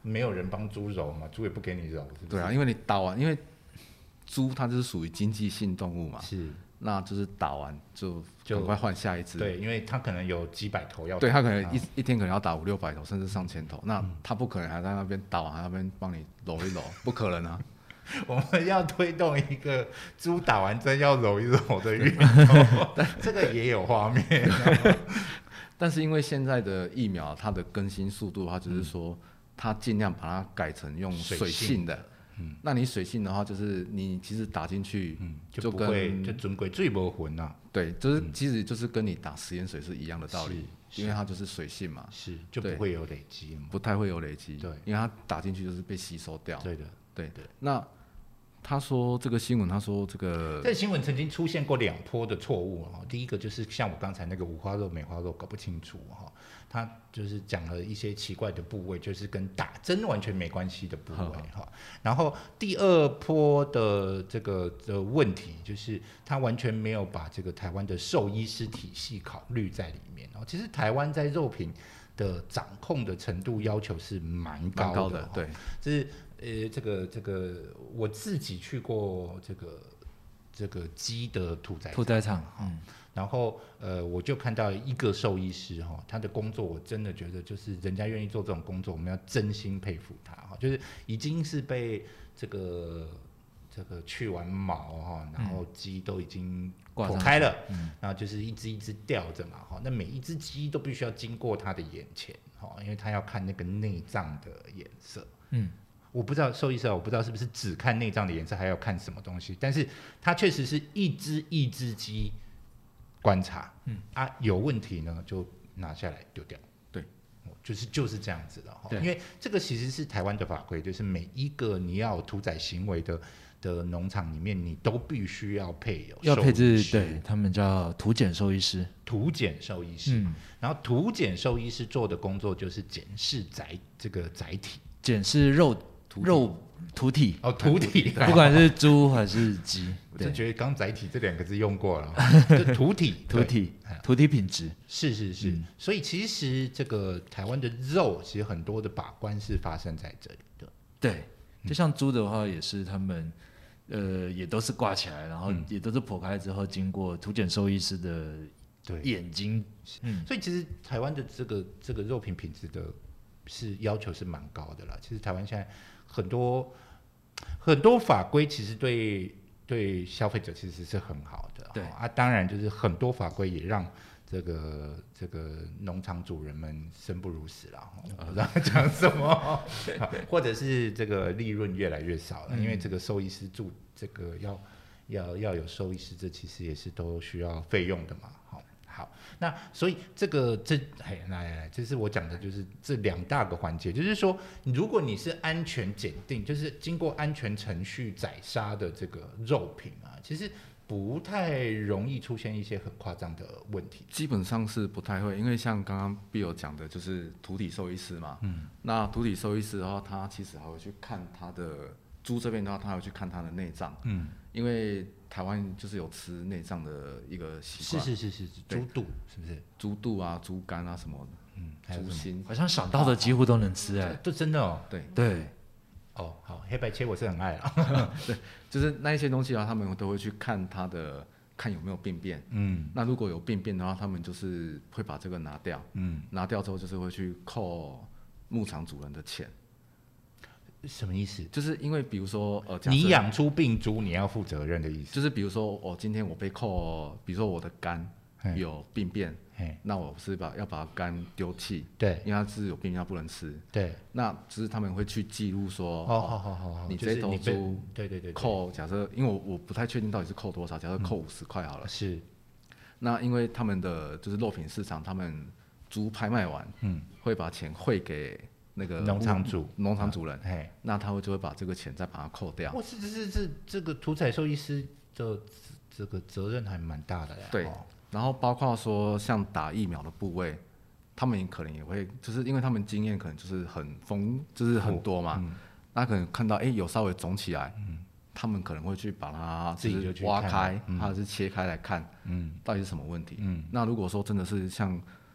没有人帮猪揉嘛，猪也不给你揉，是不是？ 对啊，因为你打完，因为猪它就是属于经济性动物嘛， 是， 那就是打完就就赶快换下一只。 对，因为它可能有几百头要打， 对，它可能一、 啊一天可能要打五六百头，甚至上千头，那它不可能还在那边打完，还在那边帮你揉一揉，不可能啊。 我们要推动一个猪打完针要揉一揉的运动，这个也有画面。 但是因为现在的疫苗，它的更新速度的话，就是说它尽量把它改成用水性的。嗯，那你水性的话，就是你其实打进去， 嗯， 就就不会跟就准鬼最没混呐。 对，就是其实就是跟你打食盐水是一样的道理， 是因为它就是水性嘛， 是就不会有累积嘛。 不太会有累积。 对， 因为它打进去就是被吸收掉。 对的， 对对。 那他说这个新闻，他说这个这新闻曾经出现过两波的错误哈，第一个就是像我刚才那个五花肉、梅花肉搞不清楚哈，他就是讲了一些奇怪的部位，就是跟打针完全没关系的部位哈。然后第二波的这个的问题就是他完全没有把这个台湾的兽医师体系考虑在里面哦。其实台湾在肉品的掌控的程度要求是蛮高的， 高的对， 就是呃，这个这个我自己去过这个这个鸡的屠宰屠宰场，嗯， 然后呃，我就看到一个兽医师哈，他的工作我真的觉得就是人家愿意做这种工作，我们要真心佩服他哈，就是已经是被这个这个去完毛哈，然后鸡都已经剖开了，嗯，然后就是一只一只吊着嘛哈，那每一只鸡都必须要经过他的眼前哈，因为他要看那个内脏的颜色，嗯。我不知道兽医师，我不知道是不是只看内脏的颜色，还要看什么东西。但是它确实是一只一只鸡观察，嗯啊，有问题呢就拿下来丢掉。 对， 就是就是这样子的哈。因为这个其实是台湾的法规，就是每一个你要有屠宰行为的的农场里面，你都必须要配有要配置，对他们叫屠检兽医师。 屠检兽医师，嗯、然后屠检兽医师做的工作就是检视载这个载体， 检视肉。肉屠体哦，屠体， 不管是猪还是鸡， 我就觉得刚载体这两个字用过了，就屠体， 屠体，屠体品质是是是、嗯，所以其实这个台湾的肉，其实很多的把关是发生在这里的。 对，就像猪的话，也是他们呃也都是挂起来，然后也都是剖开之后，经过屠检兽医师的眼睛， 嗯，所以其实台湾的这个这个肉品品质的是要求是蛮高的啦。其实台湾现在很多很多法规其实对对消费者其实是很好的，对啊，当然就是很多法规也让这个这个农场主人们生不如死了，我不知道讲什么，或者是这个利润越来越少了，嗯、因为这个兽医师住这个要要要有兽医师，这其实也是都需要费用的嘛，好。好，那所以这个这哎来来来，这是我讲的，就是这两大个环节，就是说，如果你是安全检定，就是经过安全程序宰杀的这个肉品啊，其实不太容易出现一些很夸张的问题。 基本上是不太会，因为像刚刚 Bill 讲的，就是屠体兽医师嘛，嗯，那屠体兽医师的话，他其实还会去看他的猪这边的话，他会去看他的内脏，嗯，因为台湾就是有吃内脏的一个习惯， 是是是是，猪肚是不是？ 猪肚啊、猪肝啊什么的，嗯，猪心， 好像想到的几乎都能吃哎、欸， 这真的哦， 对对， 哦好，黑白切我是很爱啊， 对，就是那一些东西啊，他们都会去看它的，看有没有病变，嗯，那如果有病变的话，他们就是会把这个拿掉，嗯，拿掉之后就是会去扣牧场主人的钱。 什么意思？ 就是因为比如说呃， 你养出病猪，你要负责任的意思。 就是比如说我、哦、今天我被扣，比如说我的肝有病变，那我是把要把肝丢弃，对，因为它是有病，它不能吃，对。那只是他们会去记录说， 哦，好好好， 你这头猪， 对对对， 扣假设，因为我我不太确定到底是扣多少，假设扣五十块好了， 是。 那因为他们的就是肉品市场，他们猪拍卖完，嗯，会把钱汇给那个农场主、 农场主人，哎、啊，那他会就会把这个钱再把它扣掉。 哇，是是是是，这个屠宰兽医师的这个责任还蛮大的呀。 对，哦、然后包括说像打疫苗的部位，他们可能也会，就是因为他们经验可能就是很丰，就是很多嘛，嗯、那可能看到哎、欸、有稍微肿起来，嗯，他们可能会去把它就是挖开，嗯、或者是切开来看，嗯，到底是什么问题。嗯，那如果说真的是像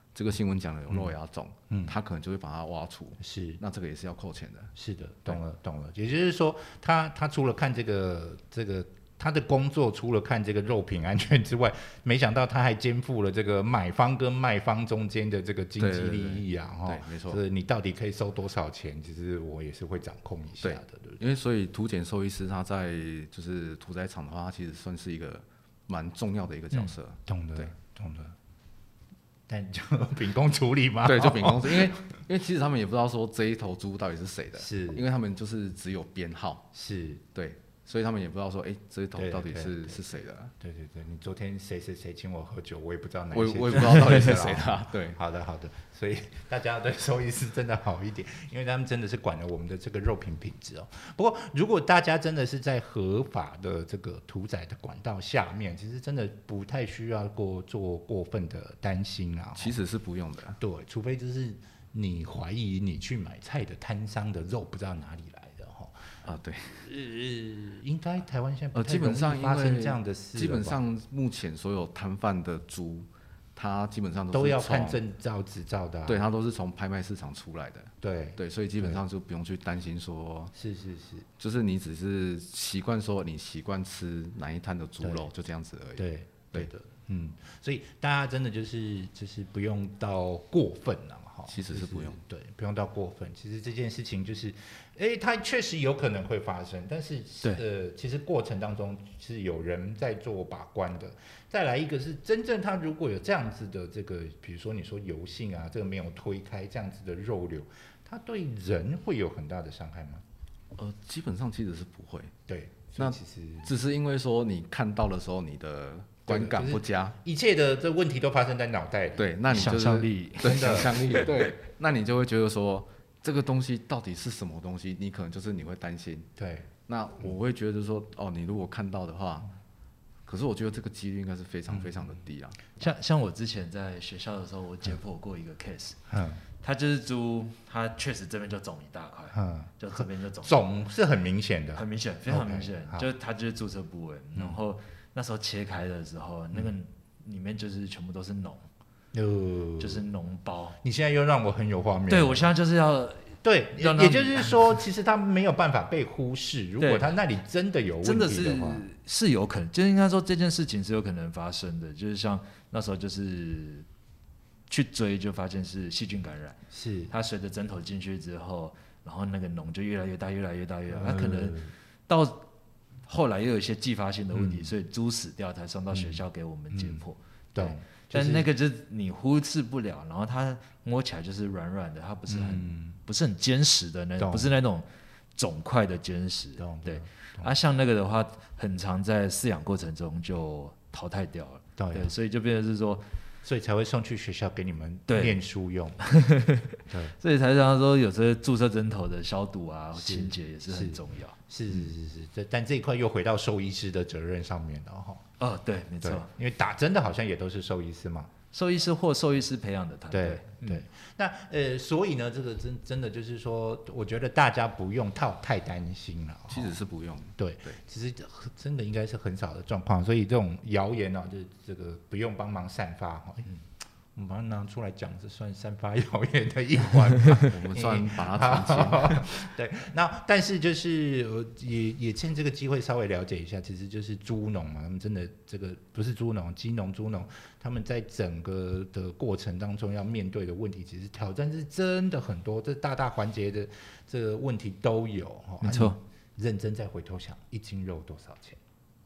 这个新闻讲的有肉芽肿，嗯，他可能就会把它挖除， 是， 那这个也是要扣钱的。 是的，懂了懂了。也就是说，他他除了看这个这个。他的工作除了看这个肉品安全之外，没想到他还肩负了这个买方跟卖方中间的这个经济利益啊， 对，没错， 就是你到底可以收多少钱，其实我也是会掌控一下的，对不对？ 因为所以土检兽医师他在就是屠宰场的话，他其实算是一个蛮重要的一个角色， 嗯、懂的，懂的。但就秉公处理嘛， 对，就秉公处理，因为因为其实他们也不知道说这一头猪到底是谁的， 是因为他们就是只有编号， 是， 对。所以他们也不知道说，哎，这一头到底是是谁的？ 对对对，你昨天谁谁谁请我喝酒，我也不知道哪些，我我也不知道到底是谁的、啊。对， 好的好的，所以大家对兽医师真的好一点，因为他们真的是管了我们的这个肉品品质哦。不过，如果大家真的是在合法的这个屠宰的管道下面，其实真的不太需要过做过分的担心啊。 其实是不用的， 对，除非就是你怀疑你去买菜的摊商的肉不知道哪里来。 啊，对， 呃，应该台湾现在不呃，基本上发生这样的事， 基本上目前所有摊贩的猪，它基本上都是都要看证照、执照的、啊， 对，它都是从拍卖市场出来的， 对对，所以基本上就不用去担心说， 是是是， 就是你只是习惯说你习惯吃哪一摊的猪肉，就这样子而已， 对对的，嗯，所以大家真的就是就是不用到过分了。 其实是不用、 就是，对，不用到过分。其实这件事情就是，哎，它确实有可能会发生，但是呃，其实过程当中是有人在做把关的。再来一个是真正它如果有这样子的这个，比如说你说油性啊，这个没有推开这样子的肉瘤，它对人会有很大的伤害吗？ 呃，基本上其实是不会。 对， 那其实只是因为说你看到的时候，你的观感不佳， 就是、一切的这问题都发生在脑袋里。 对，那你、就是、 想象力， 对，想象力，对，那你就会觉得说这个东西到底是什么东西？你可能就是你会担心。 对， 那我会觉得说，哦，你如果看到的话，可是我觉得这个几率应该是非常非常的低啊。 像像我之前在学校的时候，我解剖过一个 case， 嗯， 它就是猪，它确实这边就肿一大块，嗯，就这边就肿， 肿是很明显的， 很明显，非常明显， okay, 就是它就是注射部位，然后。那时候切开的时候，那个里面就是全部都是脓，嗯、就是脓包。 你现在又让我很有画面。 对，我现在就是要对，也就是说，其实它没有办法被忽视。如果它那里真的有问题的话， 真的是是有可能，就应该说这件事情是有可能发生的。就是像那时候就是去追，就发现是细菌感染， 是它随着针头进去之后，然后那个脓就越来越大，越来越大，越来越大，它可能到。后来又有一些继发性的问题，嗯、所以猪死掉才送到学校给我们解剖。嗯嗯、对，就是、但那个就是你忽视不了，然后它摸起来就是软软的，它不是很、嗯、不是很坚实的那种，不是那种肿块的坚实。对，啊，像那个的话，很常在饲养过程中就淘汰掉了。对，对所以就变成是说。 所以才会送去学校给你们念书用， 对，所以才常说有时候注射针头的消毒啊、清洁也是很重要。 是是是是，这但这一块又回到兽医师的责任上面了哈。 哦，对，没错， 因为打针的好像也都是兽医师嘛。 兽医师或兽医师培养的团队， 对对。嗯、那呃，所以呢，这个真真的就是说，我觉得大家不用太太担心了。 其实是不用， 对对，其实真的应该是很少的状况，所以这种谣言呢、啊，就是这个不用帮忙散发哈。嗯我们把它拿出来讲，这算散发谣言的一环吧。 我们算把它澄清。 对，那但是就是也也趁这个机会稍微了解一下，其实就是猪农嘛，他们真的这个不是猪农，鸡农、猪农，他们在整个的过程当中要面对的问题，其实挑战是真的很多，这大大环节的这个问题都有。 没错、 啊，认真再回头想，一斤肉多少钱？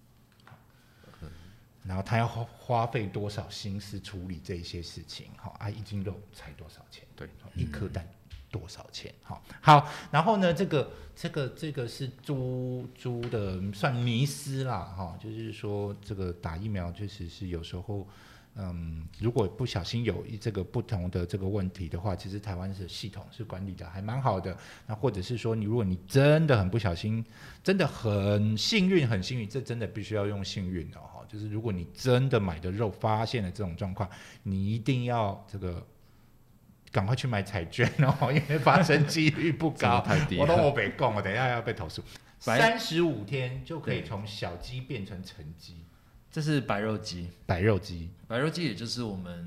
然后他要花费多少心思处理这些事情？好啊，一斤肉才多少钱？ 对， 一颗蛋多少钱？好，好，然后呢，这个这个这个是猪猪的算迷思啦，哈，就是说这个打疫苗确实是有时候，嗯，如果不小心有这个不同的这个问题的话，其实台湾的系统是管理的还蛮好的。那或者是说，你如果你真的很不小心，真的很幸运，很幸运，这真的必须要用幸运的哈。就是如果你真的买的肉发现了这种状况，你一定要这个赶快去买彩券哦，因为发生几率不高。 太低了， 我都我别讲，我等一下要被投诉。三十五天就可以从小鸡变成成鸡。 这是白肉鸡， 白肉鸡， 白肉鸡也就是我们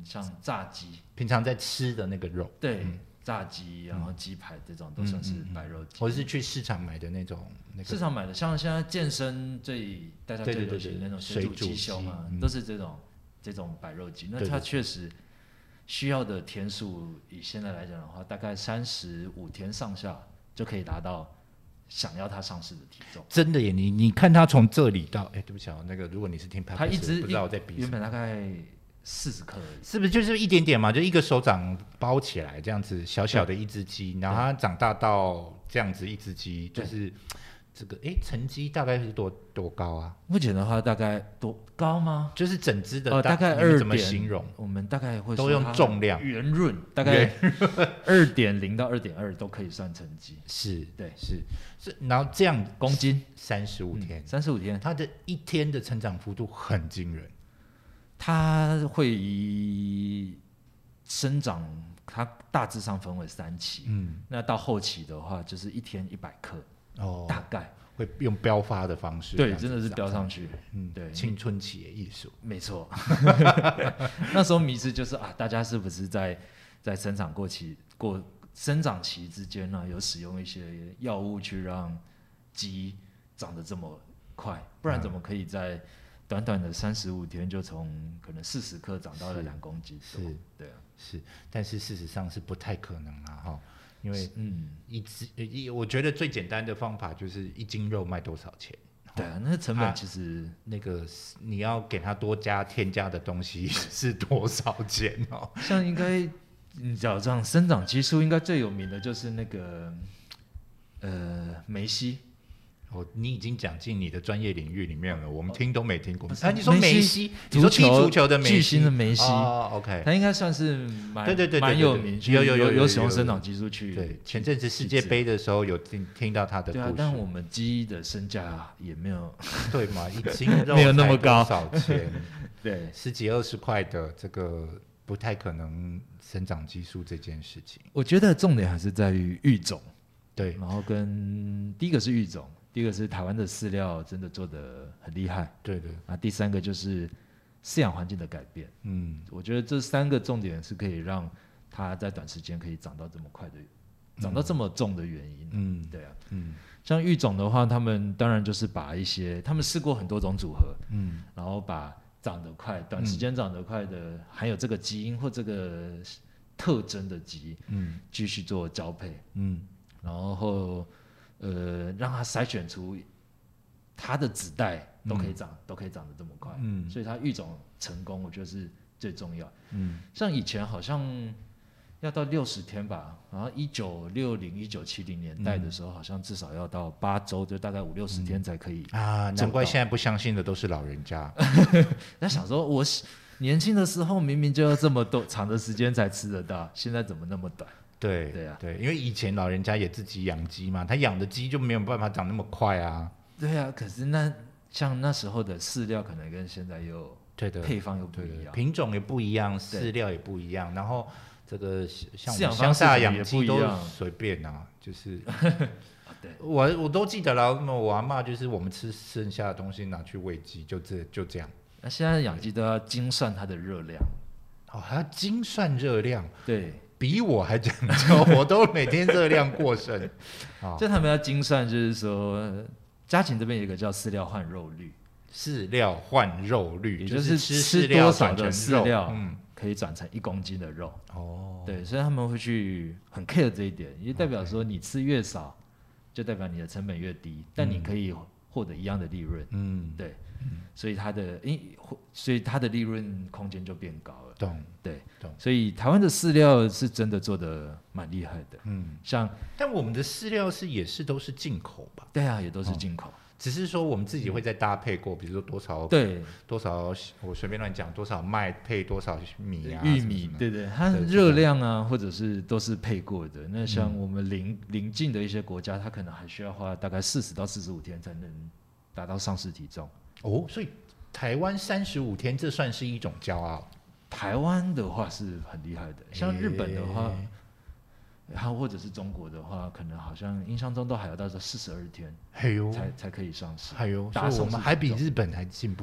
像炸鸡， 平常在吃的那个肉， 对，嗯、炸鸡，然后鸡排这种都算是白肉鸡， 或是去市场买的那种、那个。 市场买的，像现在健身最大家最流行的那种水煮鸡胸啊，都是这种这种白肉鸡。那它确实需要的天数，以现在来讲的话，大概三十五天上下就可以达到想要它上市的体重。 真的耶，你你看它从这里到，哎，对不起啊，那个如果你是听 podcast， 它一直不知道我在比什么， 原本大概四十克而已， 是不是就是一点点嘛？就一个手掌包起来这样子，小小的一只鸡，然后它长大到这样子一只鸡，就是这个哎，成鸡大概是多多高啊？ 目前的话大概多高吗？ 就是整只的呃，大概二怎么形容？ 我们大概会都用重量， 圆润，大概二点零到二点二都可以算成鸡。 是， 对， 是是，然后这样公斤三十五天， 三十五天， 它的一天的成长幅度很惊人。 它会以生长，它大致上分为三期，嗯，那到后期的话，就是一天一百克，哦，大概会用标发的方式， 对，真的是标上去， 嗯，对，青春期的艺术， 没错。那时候迷思就是啊，大家是不是在在生长过期过生长期之间呢，有使用一些药物去让鸡长得这么快，不然怎么可以在短短的三十五天就从可能四十克长到了两公斤， 是， 对啊， 是，但是事实上是不太可能啦，哈，因为嗯，一只一，我觉得最简单的方法就是一斤肉卖多少钱， 对啊，那成本其实、 啊、那个你要给它多加添加的东西是多少钱哦？ 像应该你知道这样生长激素应该最有名的就是那个呃梅西。 哦，你已经讲进你的专业领域里面了，我们听都没听过。 啊， 你说梅西，你说踢足球的梅西， 巨星的梅西， 哦 OK， 他应该算是蛮对对对蛮有名， 有有有有使用生长激素去。 对，前阵子世界杯的时候有听听到他的故事。 对啊，但我们鸡的身价也没有对嘛，一斤肉没有那么高， 多少钱？ 对， 十几二十块的这个不太可能生长激素这件事情。 我觉得重点还是在于育种， 对， 然后跟第一个是育种。第一个是台湾的饲料真的做得很厉害， 对对。 啊，第三个就是饲养环境的改变，嗯，我觉得这三个重点是可以让它在短时间可以长到这么快的，嗯、长到这么重的原因，嗯，对啊，嗯，像育种的话，他们当然就是把一些他们试过很多种组合，嗯，然后把长得快、短时间长得快的，含有这个基因或这个特征的鸡，嗯，继续做交配，嗯，然后。呃，让它筛选出它的子代都可以长，嗯、都可以长得这么快，嗯，所以它育种成功，我觉得是最重要。嗯，像以前好像要到六十天吧，然后一九六零、一九七零年代的时候，嗯、好像至少要到八周，就大概五六十天才可以、 嗯、啊。难怪现在不相信的都是老人家。 那想说，我年轻的时候明明就要这么多长的时间才吃得到，现在怎么那么短？ 对对啊， 对，因为以前老人家也自己养鸡嘛，他养的鸡就没有办法长那么快啊。 对啊，可是那像那时候的饲料可能跟现在又对的配方又不一样， 品种也不一样，饲料也不一样，然后这个像我们乡下养鸡都随便啊，就是对我我都记得了，我阿嬷就是我们吃剩下的东西拿去喂鸡，就这就这样。 那现在养鸡都要精算它的热量， 哦，还要精算热量， 对。 比我还讲究，我都每天热量过剩。 就他们要精算，就是说，家禽这边有一个叫饲料换肉率， 饲料换肉率， 也就是吃多少的饲料，嗯，可以转成一公斤的肉。哦，对，所以他们会去很 care 这一点，也代表说你吃越少，就代表你的成本越低，但你可以获得一样的利润。嗯，对。嗯、所以它的，因所以它的利润空间就变高了。 懂， 对， 懂。 所以台湾的饲料是真的做得蛮厉害的。嗯，像， 但我们的饲料是也是都是进口吧？ 对啊，也都是进口。哦、 只是说我们自己会再搭配过，比如说多少对多少，我随便乱讲，多少麦配多少米啊， 玉米，对对，它热量啊，或者是都是配过的。那像我们邻邻近的一些国家，它可能还需要花大概四十到四十五天才能达到上市体重。 哦，所以台湾三十五天，这算是一种骄傲。 台湾的话是很厉害的，像日本的话，还、欸、或者是中国的话，可能好像印象中都还要到这四十二天， 哎呦， 才才可以上市。 哎呦，所以我们还比日本还进步。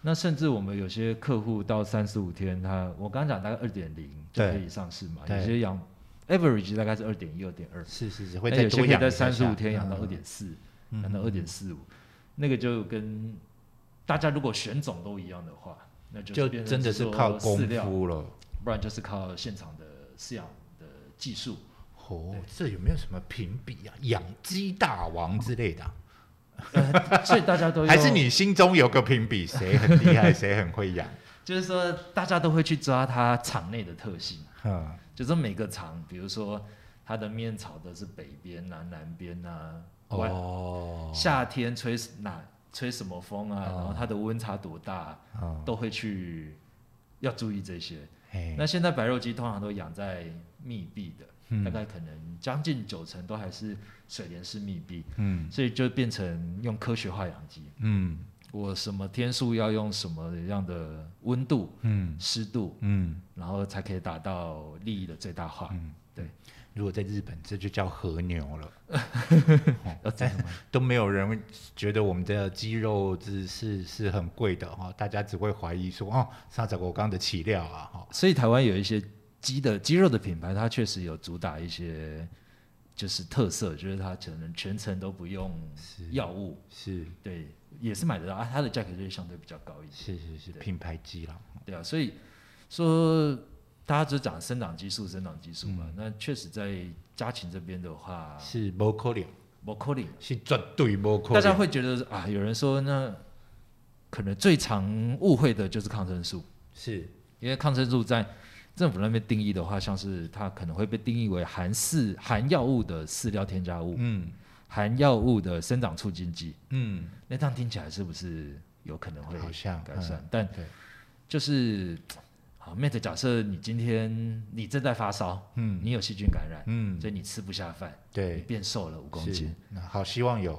那甚至我们有些客户到三十五天，他我刚刚讲大概二点零就可以上市嘛，有些养 average 大概是二点一、二点二， 是是是，会再多养一下下。 有些可以在三十五天养到二点四， 嗯、 养到二点四五，那个就跟大家如果选种都一样的话，那就就真的是靠功夫了， 不然就是靠现场的饲养的技术。 哦，这有没有什么评比啊？养鸡大王之类的、啊？ 呃，所以大家都还是你心中有个评比，谁很厉害，谁很会养？ 就是说，大家都会去抓它场内的特性。 嗯， 就是每个场，比如说它的面朝的是北边啊、南边啊， 哦， 夏天吹哪吹什么风啊， 哦、 然后它的温差多大、哦，都会去要注意这些。 那现在白肉鸡通常都养在密闭的。嗯、大概可能将近九成都还是水帘式密闭，嗯，所以就变成用科学化养鸡，嗯，我什么天数要用什么样的温度、嗯，湿度，嗯，然后才可以达到利益的最大化，嗯，对。 如果在日本，这就叫和牛了，哦、但都没有人觉得我们的鸡肉是是是很贵的哈，大家只会怀疑说哦，三十五缸的饲料啊，哈， 所以台湾有一些。鸡的鸡肉的品牌，它确实有主打一些就是特色，就是它可能全程都不用药物， 是, 是对，也是买得到啊，它的价格就相对比较高一点， 是是是，品牌鸡啦， 对啊，所以说大家只讲生长激素，生长激素嘛，嗯、那确实在家禽这边的话是不可能， 不可能， 是绝对不可能。 大家会觉得啊，有人说那可能最常误会的就是抗生素， 是因为抗生素在政府那边定义的话，像是它可能会被定义为含饲含药物的饲料添加物，嗯，含药物的生长促进剂，嗯，那这样听起来是不是有可能会改善？嗯、但就是好 ，Mate， 假设你今天你正在发烧，嗯，你有细菌感染，嗯，所以你吃不下饭， 对， 你变瘦了五公斤， 好，希望有，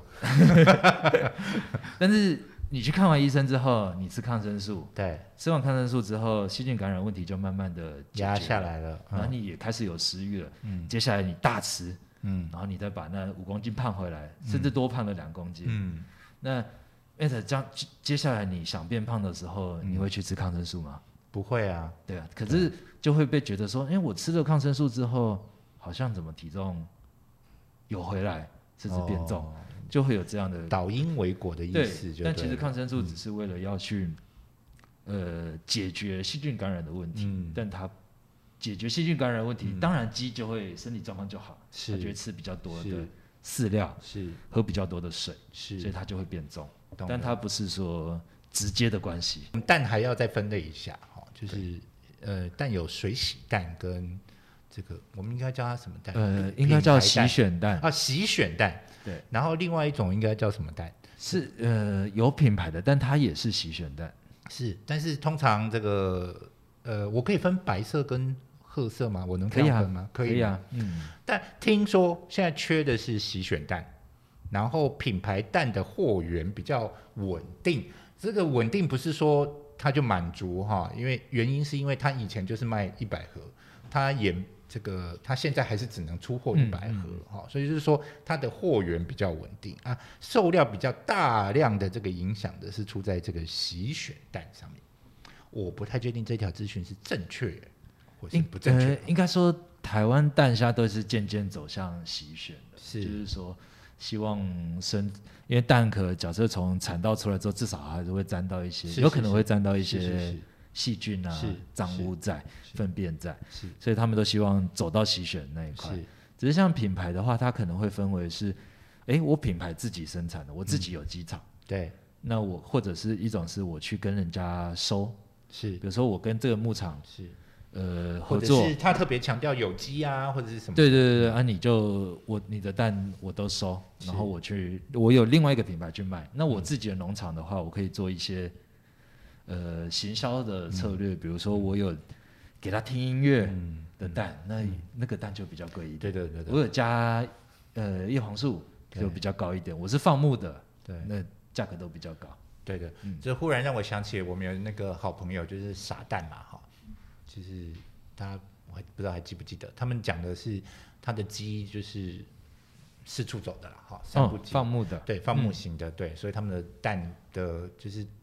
但是。你去看完医生之后，你吃抗生素， 对， 吃完抗生素之后，细菌感染问题就慢慢的压下来了， 然后你也开始有食欲了，嗯，接下来你大吃，嗯，然后你再把那五公斤胖回来，嗯、甚至多胖了两公斤，嗯，那因此这样接下来你想变胖的时候，你会去吃抗生素吗？ 不会啊， 对啊，可是就会被觉得说，哎，我吃了抗生素之后，好像怎么体重有回来，甚至变重。哦，就会有这样的倒因为果的意思就对， 但其实抗生素只是为了要去、嗯、呃解决细菌感染的问题，嗯、但它解决细菌感染的问题，嗯、当然鸡就会身体状况就好，它就会吃比较多的饲料， 是喝比较多的水， 是， 所以它就会变重，但它不是说直接的关系。 蛋还要再分类一下哈，就是呃蛋有水洗蛋跟这个我们应该叫它什么蛋？ 呃，应该叫洗选蛋啊，洗选蛋。 对， 然后另外一种应该叫什么蛋？ 是呃有品牌的，但它也是洗选蛋。 是，但是通常这个呃，我可以分白色跟褐色吗？我能这样分吗？ 可以啊，可以啊，嗯。 但听说现在缺的是洗选蛋，然后品牌蛋的货源比较稳定。这个稳定不是说它就满足哈，因为原因是因为它以前就是卖一百盒，它也。这个它现在还是只能出货一百盒，嗯嗯、所以就是说它的货源比较稳定啊，受料比较大量的这个影响的是出在这个洗选蛋上面。我不太确定这条资讯是正确或是不正确、呃。 应该说台湾蛋虾都是渐渐走向洗选的， 是就是说希望生，因为蛋壳假设从产道出来之后，至少还是会沾到一些，是是是有可能会沾到一些。是是是细菌啊，脏污在，粪便在，所以他们都希望走到洗选那一块。只是像品牌的话，它可能会分为是，哎，我品牌自己生产的，我自己有机场， 嗯、对。 那我或者是一种是我去跟人家收， 是， 比如说我跟这个牧场是， 呃，合作， 或者是他特别强调有机啊，或者是什么？ 对对对对，啊，你就我你的蛋我都收，然后我去，我有另外一个品牌去卖。那我自己的农场的话，我可以做一些。呃，行销的策略，嗯、比如说我有给他听音乐的蛋，嗯、那那个蛋就比较贵一点。 对对对对。 我有加呃叶黄素，就比较高一点。我是放牧的， 对， 那价格都比较高。 对的，嗯、这忽然让我想起我们有那个好朋友，就是傻蛋嘛，哈，就是大家我还不知道还记不记得，他们讲的是他的鸡就是四处走的啦，哈，散步鸡、 哦，放牧的， 对，放牧型的，嗯、对，所以他们的蛋的就是。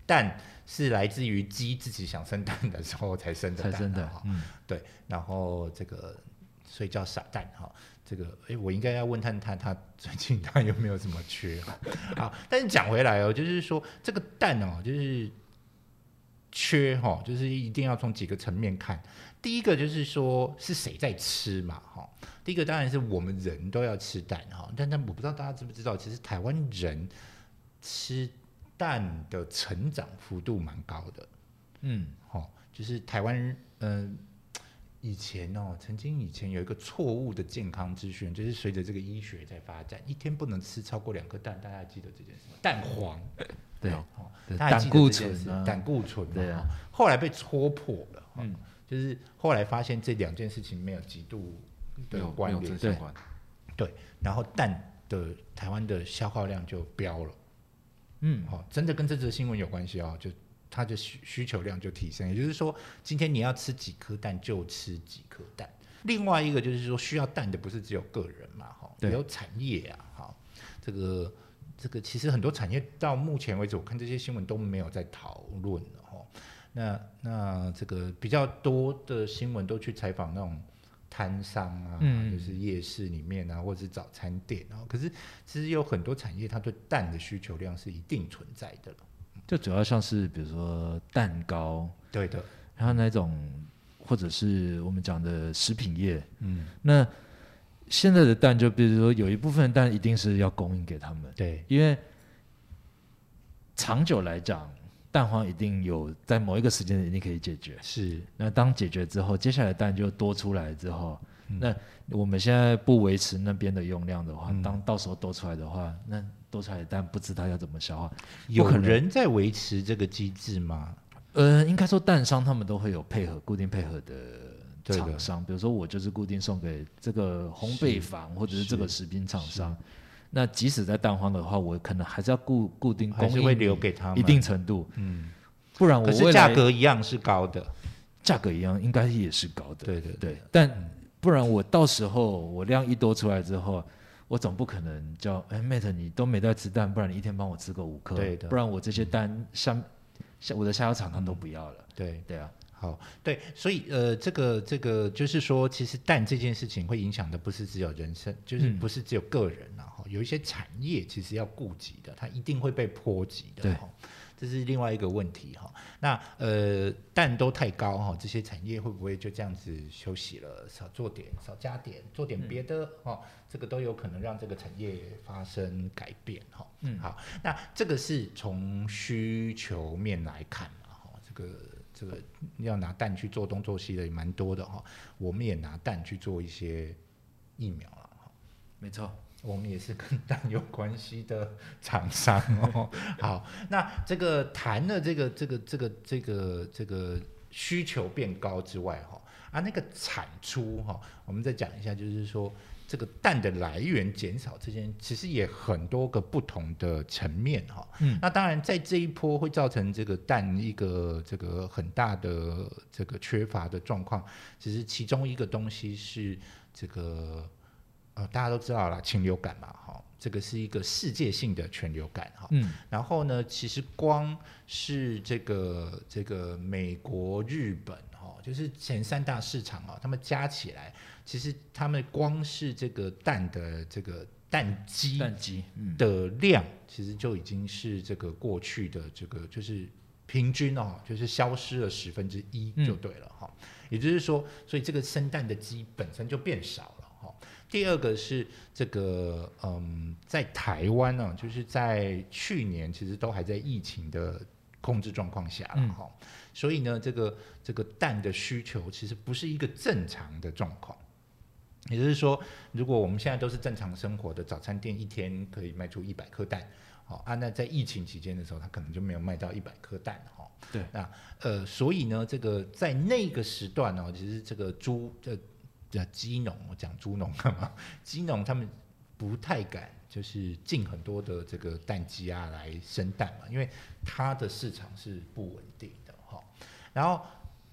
蛋是来自于鸡自己想生蛋的时候才生的蛋，才生的，嗯，对，然后这个所以叫傻蛋哈。这个哎，我应该要问他他他最近他有没有什么缺啊？但是讲回来哦，就是说这个蛋哦，就是缺哈，就是一定要从几个层面看。第一个就是说是谁在吃嘛哈。第一个当然是我们人都要吃蛋哈，但但我不知道大家知不知道，其实台湾人吃蛋的成长幅度蛮高的。嗯，好，就是台湾嗯。呃以前哦，曾经以前有一个错误的健康资讯，就是随着这个医学在发展，一天不能吃超过两颗蛋，大家还记得这件事吗？蛋黄， 对， 哦， 胆固醇啊，胆固醇， 对啊， 后来被戳破了，嗯，就是后来发现这两件事情没有极度的关联， 对， 对，然后蛋的台湾的消耗量就飙了，嗯，好，真的跟这则新闻有关系哦，就。它的需求量就提升，也就是说，今天你要吃几颗蛋就吃几颗蛋。另外一个就是说，需要蛋的不是只有个人嘛，哈，也有产业啊，哈，这个这个其实很多产业到目前为止，我看这些新闻都没有在讨论了，哈。那那这个比较多的新闻都去采访那种摊商啊，嗯、就是夜市里面啊，或者是早餐店啊，可是其实有很多产业它对蛋的需求量是一定存在的了。 就主要像是比如说蛋糕， 对的， 然后那种或者是我们讲的食品业，嗯，那现在的蛋就比如说有一部分蛋一定是要供应给他们， 对， 因为长久来讲，蛋黄一定有在某一个时间点一定可以解决， 是， 那当解决之后，接下来蛋就多出来之后，嗯、那我们现在不维持那边的用量的话，嗯、当到时候多出来的话，那多出来的蛋不知道要怎么消化， 有人在维持这个机制吗？ 呃，应该说蛋商他们都会有配合固定配合的厂商，比如说我就是固定送给这个烘焙坊或者是这个食品厂商。那即使在蛋荒的话，我可能还是要固固定供应， 还是会留给他们一定程度，嗯，不然我未来可是价格一样是高的， 价格一样应该也是高的， 对对对, 对，但不然我到时候我量一多出来之后。我总不可能叫哎 Mate 你都没在吃蛋，不然你一天帮我吃个五颗， 对的， 不然我这些蛋下下我的下游厂商都不要了。 嗯、对对啊， 好对，所以呃这个这个就是说，其实蛋这件事情会影响的不是只有人生，就是不是只有个人啊，嗯、有一些产业其实要顾及的，它一定会被波及的。 对。 这是另外一个问题哈，那呃蛋都太高哈，这些产业会不会就这样子休息了，少做点，少加点，做点别的哈、嗯，这个都有可能让这个产业发生改变哈。嗯，好，那这个是从需求面来看嘛哈，这个这个要拿蛋去做东做西的也蛮多的哈，我们也拿蛋去做一些疫苗了哈， 没错。 我们也是跟蛋有关系的厂商哦。好，那这个谈了这个这个这个这个这个需求变高之外哈，啊那个产出哈，我们再讲一下，就是说这个蛋的来源减少这件，其实也很多个不同的层面哈。嗯，那当然在这一波会造成这个蛋一个这个很大的这个缺乏的状况，其实其中一个东西是这个。呃、大家都知道啦，禽流感嘛，哈，这个是一个世界性的全流感，哈，嗯，然后呢，其实光是这个这个美国、日本，哈，就是前三大市场啊，他们加起来，其实他们光是这个蛋的这个蛋鸡蛋鸡的量，其实就已经是这个过去的这个就是平均哦，就是消失了十分之一就对了，哈、嗯，也就是说，所以这个生蛋的鸡本身就变少了。第二个是这个，嗯，在台湾呢、啊，就是在去年其实都还在疫情的控制状况下了哈、嗯，所以呢，这个这个蛋的需求其实不是一个正常的状况。也就是说，如果我们现在都是正常生活的早餐店，一天可以卖出一百颗蛋，好啊，那在疫情期间的时候，它可能就没有卖到一百颗蛋哈。 对， 那呃，所以呢，这个在那个时段呢、哦，其实这个猪呃。鸡农，我讲猪农干嘛？鸡农他们不太敢，就是进很多的这个蛋鸡啊来生蛋嘛，因为它的市场是不稳定的哈。然后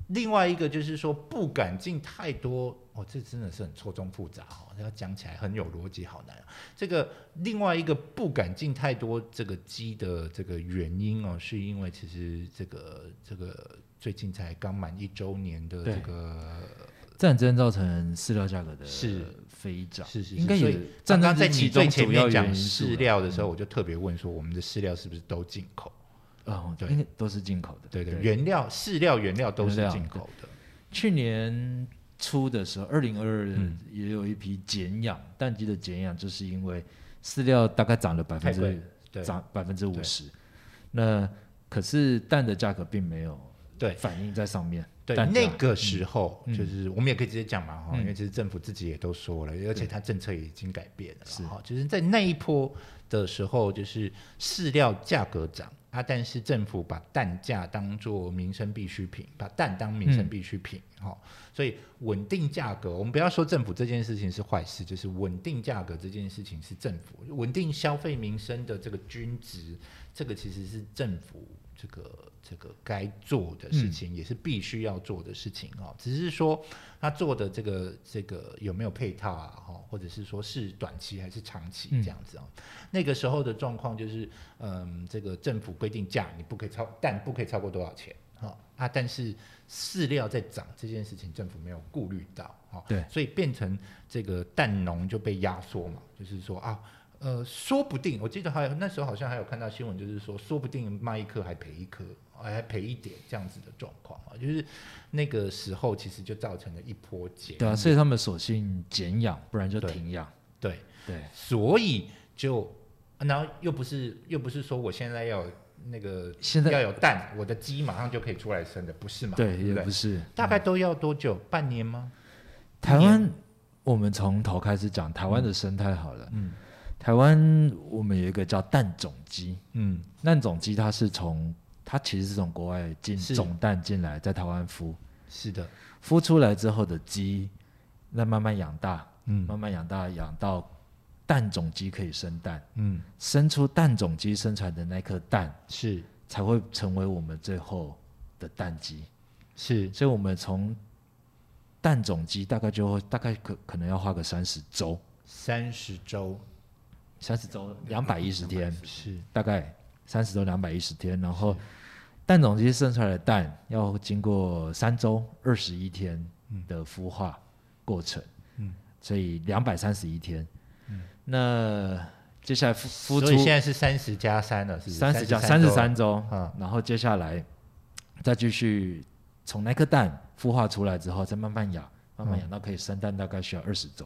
另外一个就是说不敢进太多哦，这真的是很错综复杂哦，要讲起来很有逻辑，好难、哦。这个另外一个不敢进太多这个鸡的这个原因哦，是因为其实这个这个最近才刚满一周年的这个战争造成饲料价格的是飞涨， 是是是， 应该也刚刚在你最前面讲饲料的时候，我就特别问说，我们的饲料是不是都进口？ 哦，对，应该都是进口的。 对 对, 对，原料饲料原料都是进口的。 去年初的时候，二零二二也有一批减养蛋鸡的减养，就是因为饲料大概涨了百分之涨百分之五十，那可是蛋的价格并没有对反映在上面。 对，那个时候、嗯、就是我们也可以直接讲嘛、嗯、因为其实政府自己也都说了，而且它政策也已经改变了，是就是在那一波的时候，就是饲料价格涨啊，但是政府把蛋价当作民生必需品，把蛋当民生必需品、嗯、所以稳定价格，我们不要说政府这件事情是坏事，就是稳定价格这件事情是政府稳定消费民生的这个均值，这个其实是政府这个这个该做的事情、嗯、也是必须要做的事情、哦、只是说他做的这个这个有没有配套啊、哦、或者是说是短期还是长期这样子、哦嗯、那个时候的状况就是嗯，这个政府规定价你不可以超蛋不可以超过多少钱、哦、啊，但是饲料在涨这件事情政府没有顾虑到、哦、对，所以变成这个蛋农就被压缩嘛，就是说啊呃，说不定我记得还有那时候好像还有看到新闻，就是说说不定卖一颗还赔一颗，还赔一点这样子的状况啊，就是那个时候其实就造成了一波减。 对啊，所以他们索性减养，不然就停养。 对 对, 对，所以就然后又不是又不是说我现在要有那个现在要有蛋，我的鸡马上就可以出来生的，不是嘛？ 对， 对对也不是。 大概都要多久？半年吗？ 台湾，我们从头开始讲台湾的生态好了。嗯。台湾我们有一个叫蛋种鸡，嗯，蛋种鸡它是从它其实是从国外进种蛋进来，在台湾孵， 是的， 孵出来之后的鸡，那慢慢养大，嗯，慢慢养大，养到蛋种鸡可以生蛋，嗯，生出蛋种鸡生出来的那颗蛋是才会成为我们最后的蛋鸡， 是， 所以我们从蛋种鸡大概就大概可可能要花个三十周， 三十周。 三十周两百一十天， 是大概三十周两百一十天，然后蛋种鸡生出来的蛋要经过三周二十一天的孵化过程，嗯，所以两百三十一天，嗯，那接下来孵孵出， 所以现在是三十加三了，是不是？ 三十加三十三周，嗯，然后接下来再继续从那颗蛋孵化出来之后，再慢慢养，慢慢养到可以生蛋，大概需要二十周。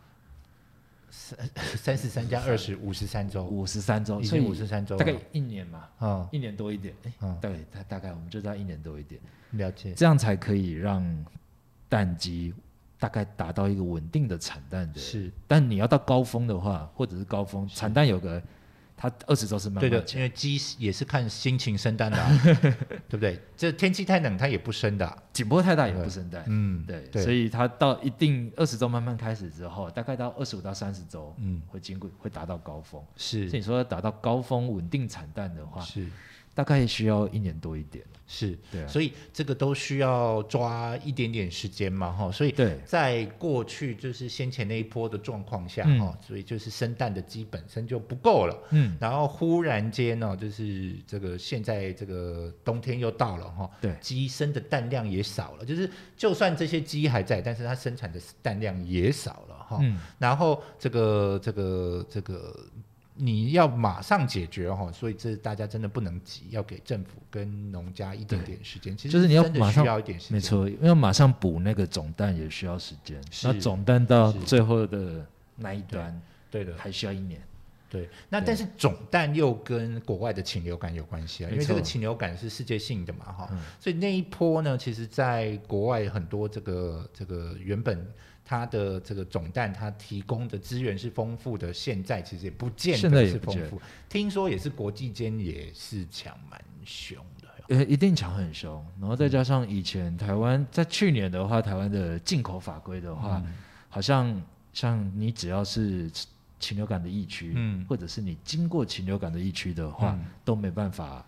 三十三加二十，五十三周， 五十三周， 已经五十三周， 大概一年嘛， 嗯， 一年多一点， 嗯， 对，大大概我们就在一年多一点， 了解， 这样才可以让蛋鸡大概达到一个稳定的产蛋的， 是， 但你要到高峰的话，或者是高峰产蛋有个。它二十周是慢慢对的，因为鸡也是看心情生蛋的、啊，对不对？这天气太冷，它也不生的、啊； 紧迫太大也不生蛋。 嗯， 对， 对， 所以它到一定二十周慢慢开始之后，大概到二十五到三十周，嗯，会经过会达到高峰。 是， 所以你说要达到高峰稳定产蛋的话， 是大概需要一年多一点。 是， 对、啊， 所以这个都需要抓一点点时间嘛，哈。所以在过去就是先前那一波的状况下，哈、嗯，所以就是生蛋的鸡本身就不够了，嗯，然后忽然间呢，就是这个现在这个冬天又到了，哈， 对， 鸡生的蛋量也少了，就是就算这些鸡还在，但是它生产的蛋量也少了，哈、嗯，然后这个这个这个。你要马上解决哈，所以这大家真的不能急，要给政府跟农家一点点时间。其实就是你要马上需要一点时间， 没错，要马上补那个种蛋也需要时间。那种蛋到最后的那一端， 对的， 还需要一年。 对，那但是种蛋又跟国外的禽流感有关系啊，因为这个禽流感是世界性的嘛哈、嗯，所以那一波呢，其实在国外很多这个这个原本。它的这个种蛋，它提供的资源是丰富的，现在其实也不见得是丰富。听说也是国际间也是抢蛮凶的， 呃，一定抢很凶。然后再加上以前台湾在去年的话，台湾的进口法规的话，嗯、好像像你只要是禽流感的疫区，嗯，或者是你经过禽流感的疫区的话，嗯、都没办法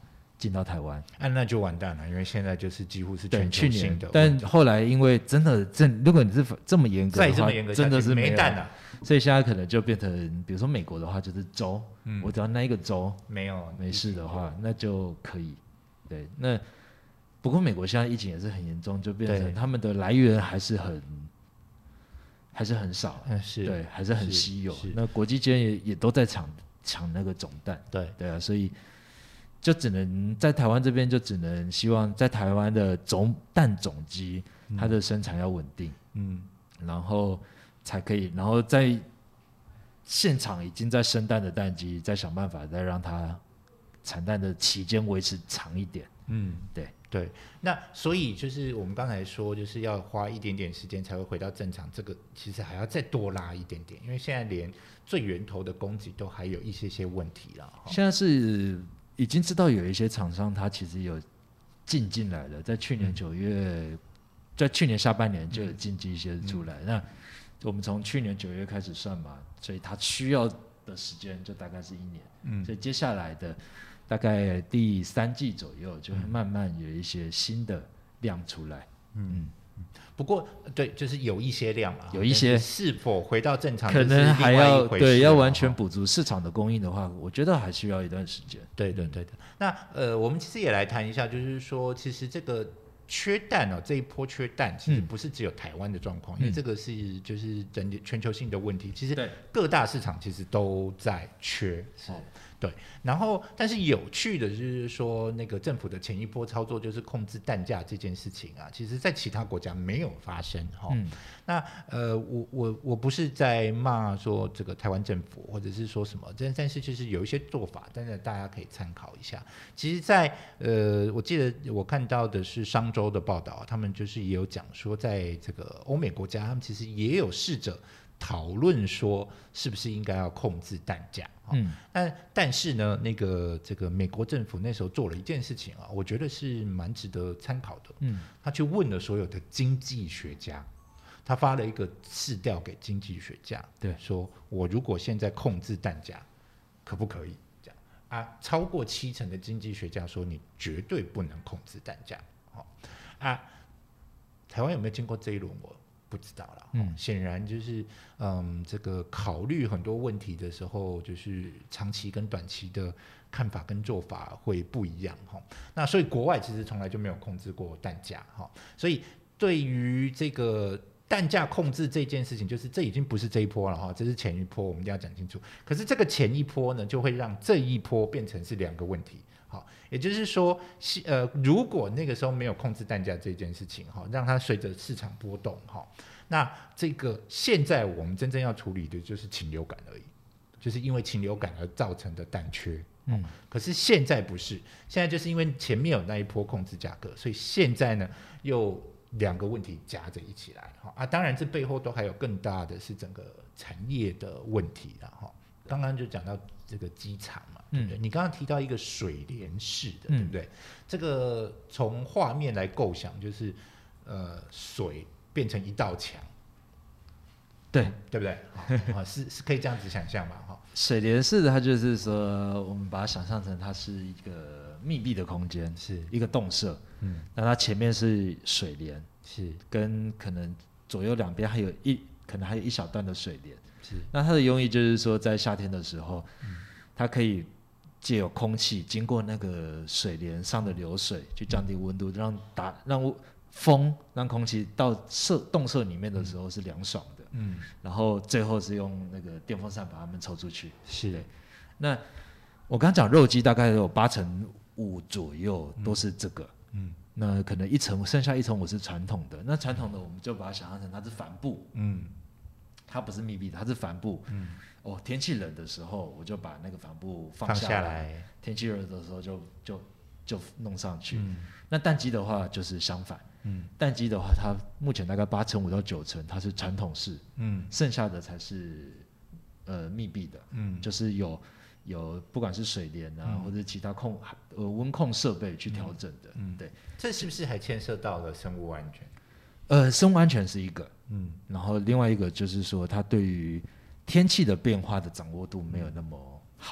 进到台湾， 啊，那就完蛋了，因为现在就是几乎是对全球性的。 但后来因为真的这，如果你是这么严格的话， 再这么严格真的是没蛋了。 所以现在可能就变成，比如说美国的话就是州，嗯、我只要那一个州没有没事的话，那就可以。对，那不过美国现在疫情也是很严重，就变成他们的来源还是很还是很少， 嗯、是对，还是很稀有。那国际间也也都在抢抢那个种蛋， 对对啊，所以就只能在台湾这边就只能希望在台湾的种蛋种鸡，嗯、它的生产要稳定，嗯，然后才可以，然后在现场已经在生蛋的蛋鸡，再想办法再让它产蛋的期间维持长一点，嗯，对。 对，那所以就是我们刚才说，就是要花一点点时间才会回到正常，这个其实还要再多拉一点点，因为现在连最源头的供给都还有一些些问题了。 现在是已经知道有一些厂商他其实有进进来了，在去年九月、嗯，在去年下半年就有进一些出来。嗯、那我们从去年九月开始算嘛，所以他需要的时间就大概是一年。嗯，所以接下来的。大概第三季左右就会慢慢有一些新的量出来，嗯， 嗯不过对，就是有一些量啊， 有一些是否回到正常， 可能还要对要完全补足市场的供应的话，我觉得还需要一段时间。 对的，对的。那呃，我们其实也来谈一下，就是说，其实这个缺蛋哦，这一波缺蛋其实不是只有台湾的状况，嗯、因为这个是就是整全球性的问题，其实各大市场其实都在缺。哦对，然后但是有趣的就是说，那个政府的前一波操作就是控制蛋价这件事情啊，其实在其他国家没有发生哈、哦嗯。那呃，我我我不是在骂说这个台湾政府或者是说什么，但但是就是有一些做法，但是大家可以参考一下。其实在，在呃，我记得我看到的是商周的报道，他们就是也有讲说，在这个欧美国家，他们其实也有试着讨论说，是不是应该要控制蛋价。嗯，但但是呢，那个这个美国政府那时候做了一件事情啊，我觉得是蛮值得参考的。嗯，他去问了所有的经济学家，他发了一个市调给经济学家，对，说我如果现在控制蛋价，可不可以？这样啊，超过七成的经济学家说你绝对不能控制蛋价。哦，啊，台湾有没有经过这一轮？我不知道了，嗯，显然就是嗯，这个考虑很多问题的时候，就是长期跟短期的看法跟做法会不一样哈。那所以国外其实从来就没有控制过蛋价哈，所以对于这个蛋价控制这件事情，就是这已经不是这一波了哈，这是前一波，我们一定要讲清楚。可是这个前一波呢，就会让这一波变成是两个问题。好，也就是说，呃，如果那个时候没有控制蛋价这件事情，哈，让它随着市场波动，哈，那这个现在我们真正要处理的就是禽流感而已，就是因为禽流感而造成的蛋缺，嗯，可是现在不是，现在就是因为前面有那一波控制价格，所以现在呢又两个问题夹着一起来，哈啊，当然这背后都还有更大的是整个产业的问题了，哈。刚刚就讲到这个机场嘛，对不对？嗯、你刚刚提到一个水帘式的，对不对？嗯、这个从画面来构想，就是呃，水变成一道墙， 对对不对？好是是可以这样子想象嘛？哈， 水帘式的，它就是说，我们把它想象成它是一个密闭的空间，是一个洞舍，嗯，那它前面是水帘，是跟可能左右两边还有一可能还有一小段的水帘。是，那它的用意就是说，在夏天的时候，嗯、它可以借由空气经过那个水帘上的流水，去降低温度，让打让风让空气到舍洞舍里面的时候是凉爽的。嗯，然后最后是用那个电风扇把它们抽出去。是，对。那我刚刚讲肉鸡大概有八成五左右都是这个。嗯，嗯那可能一层剩下一层五是传统的，那传统的我们就把它想象成它是帆布。嗯。它不是密闭的，它是帆布。嗯，哦，天气冷的时候，我就把那个帆布放下来； 下来天气热的时候就，就就就弄上去。嗯、那蛋鸡的话就是相反。嗯，蛋鸡的话，它目前大概八成五到九成，它是传统式。嗯，剩下的才是呃密闭的。嗯，就是有有不管是水帘啊，嗯、或者其他控呃温控设备去调整的。嗯，对。 这是不是还牵涉到了生物安全？ 呃，生物安全是一个。嗯，然后另外一个就是说，它对于天气的变化的掌握度没有那么好。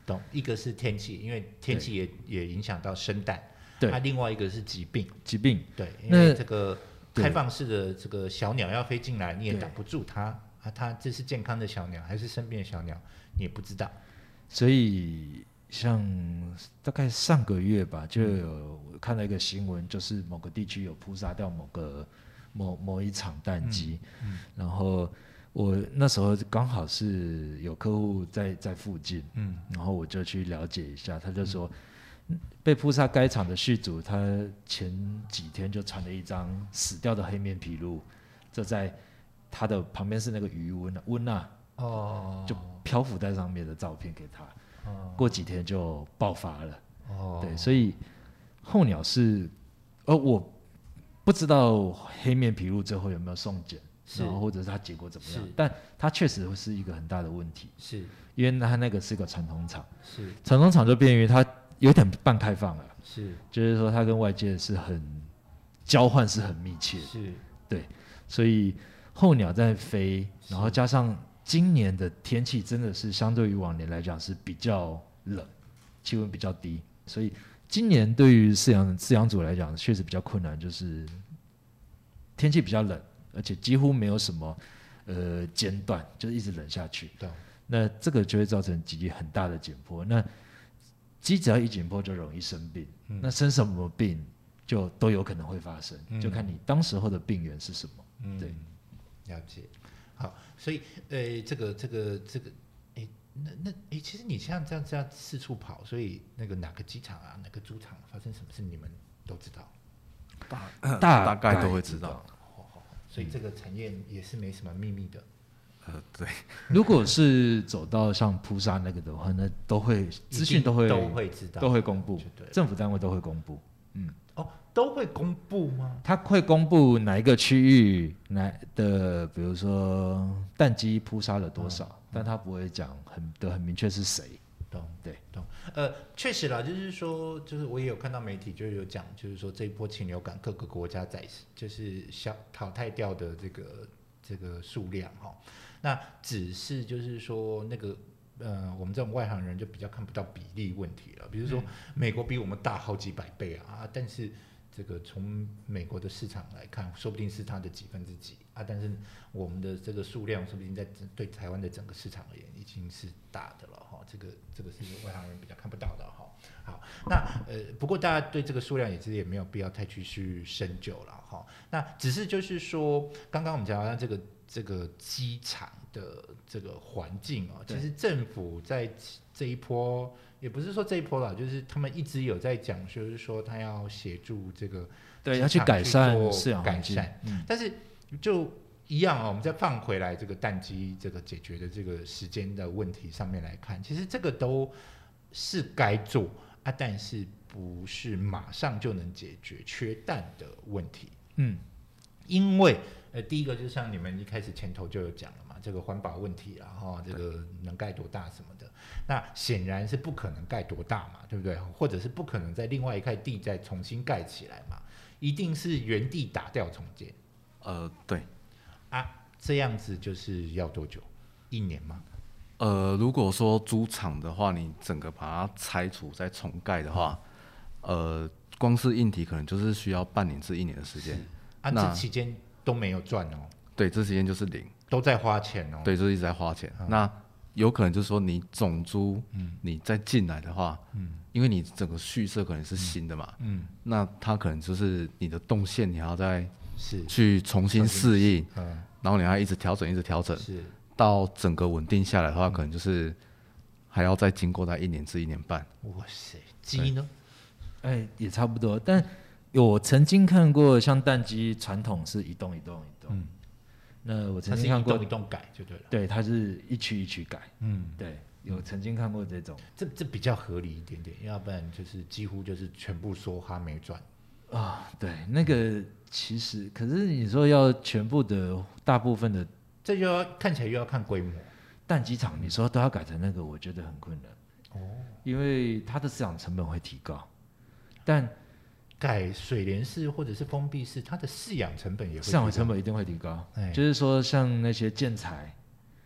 懂，一个是天气，因为天气也也影响到生蛋。 对， 那、啊、另外一个是疾病。 疾病， 对，因为这个开放式的这个小鸟要飞进来，你也挡不住它啊，它这是健康的小鸟还是生病的小鸟，你也不知道。 所以像大概上个月吧，就有看到一个新闻，就是某个地区有扑杀掉某个某某一场蛋鸡，嗯嗯、然后我那时候刚好是有客户在在附近，嗯，然后我就去了解一下，他就说。嗯、被扑杀该场的续主，他前几天就传了一张死掉的黑面琵鹭，就在他的旁边是那个鱼温啊温啊，哦，就漂浮在上面的照片给他，哦，过几天就爆发了，哦，对，所以候鸟是，而我不知道黑面琵鹭最后有没有送检，然后或者是它结果怎么样，但它确实会是一个很大的问题，是因为它那个是个传统场，是传统场就便于它。有点半开放了，是，就是说它跟外界是很交换，是很密切，是，对，所以候鸟在飞，然后加上今年的天气真的是相对于往年来讲是比较冷，气温比较低，所以今年对于饲养饲养组来讲确实比较困难，就是天气比较冷，而且几乎没有什么呃间断，就是一直冷下去，对，那这个就会造成鸡很大的减坡，那。鸡只要一紧迫就容易生病，嗯、那生什么病就都有可能会发生，嗯、就看你当时候的病源是什么。嗯、对， 了解。好，所以呃，这个这个这个，哎，那那哎，其实你像这样这样四处跑，所以那个哪个机场啊，哪个猪场发生什么事，你们都知道， 大大大概都会知道。 好好好，所以这个产业也是没什么秘密的。 呃，对， 如果是走到像扑杀那个的话，那都会资讯都会都会知道， 都会公布，政府单位都会公布。嗯， 哦，都会公布吗？ 他会公布哪一个区域哪的，比如说蛋鸡扑杀了多少，嗯、但他不会讲很的很明确是谁。 懂，对，懂。呃，确实啦，就是说，就是我也有看到媒体就有讲，就是说这一波禽流感各个国家在就是消淘汰掉的这个这个数量哈。那只是就是说那个呃，我们这种外行人就比较看不到比例问题了。比如说美国比我们大好几百倍啊，但是这个从美国的市场来看，说不定是它的几分之几啊，但是我们的这个数量，说不定在对台湾的整个市场而言已经是大的了哈。这个这个是外行人比较看不到的哈。好，那呃，不过大家对这个数量也其实也没有必要太去去深究了哈。那只是就是说，刚刚我们讲到这个。这个机场的这个环境哦，其实政府在这一波，也不是说这一波啦，就是他们一直有在讲，就是说他要协助这个对要去改善饲养改善，嗯，但是就一样哦，我们再放回来这个蛋鸡这个解决的这个时间的问题上面来看，其实这个都是该做啊，但是不是马上就能解决缺蛋的问题，嗯，因为。呃，第一个就像你们一开始前头就有讲了嘛，这个环保问题，然后这个能盖多大什么的，那显然是不可能盖多大嘛，对不对？或者是不可能在另外一块地再重新盖起来嘛，一定是原地打掉重建。 呃，对。 啊，这样子就是要多久？一年吗？ 呃，如果说猪场的话，你整个把它拆除再重盖的话，呃，光是硬体可能就是需要半年至一年的时间。 啊，这期间。都没有赚哦， 对，这时间就是零， 都在花钱哦， 对，就是一直在花钱。嗯、那有可能就是说你种猪，嗯，你再进来的话，嗯，因为你整个畜舍可能是新的嘛，嗯，那它可能就是你的动线你还要再是去重新适应，嗯，然后你还一直调整，一直调整，是到整个稳定下来的话，嗯、可能就是还要再经过在一年至一年半。 哇塞，鸡呢？ 哎，也差不多，但。我曾经看过像蛋鸡传统是一栋一栋一栋，嗯，那我曾经看过一栋一栋改就对了， 对，它是一区一区改，嗯，对，有曾经看过这种， 这这比较合理一点点，要不然就是几乎就是全部说哈没赚啊，对，那个其实可是你说要全部的大部分的， 这就要看起来又要看规模， 蛋鸡场你说都要改成那个，我觉得很困难，哦，因为它的饲养成本会提高，但。 改水帘式或者是封闭式，它的饲养成本也会饲养成本一定会提高。就是说，像那些建材，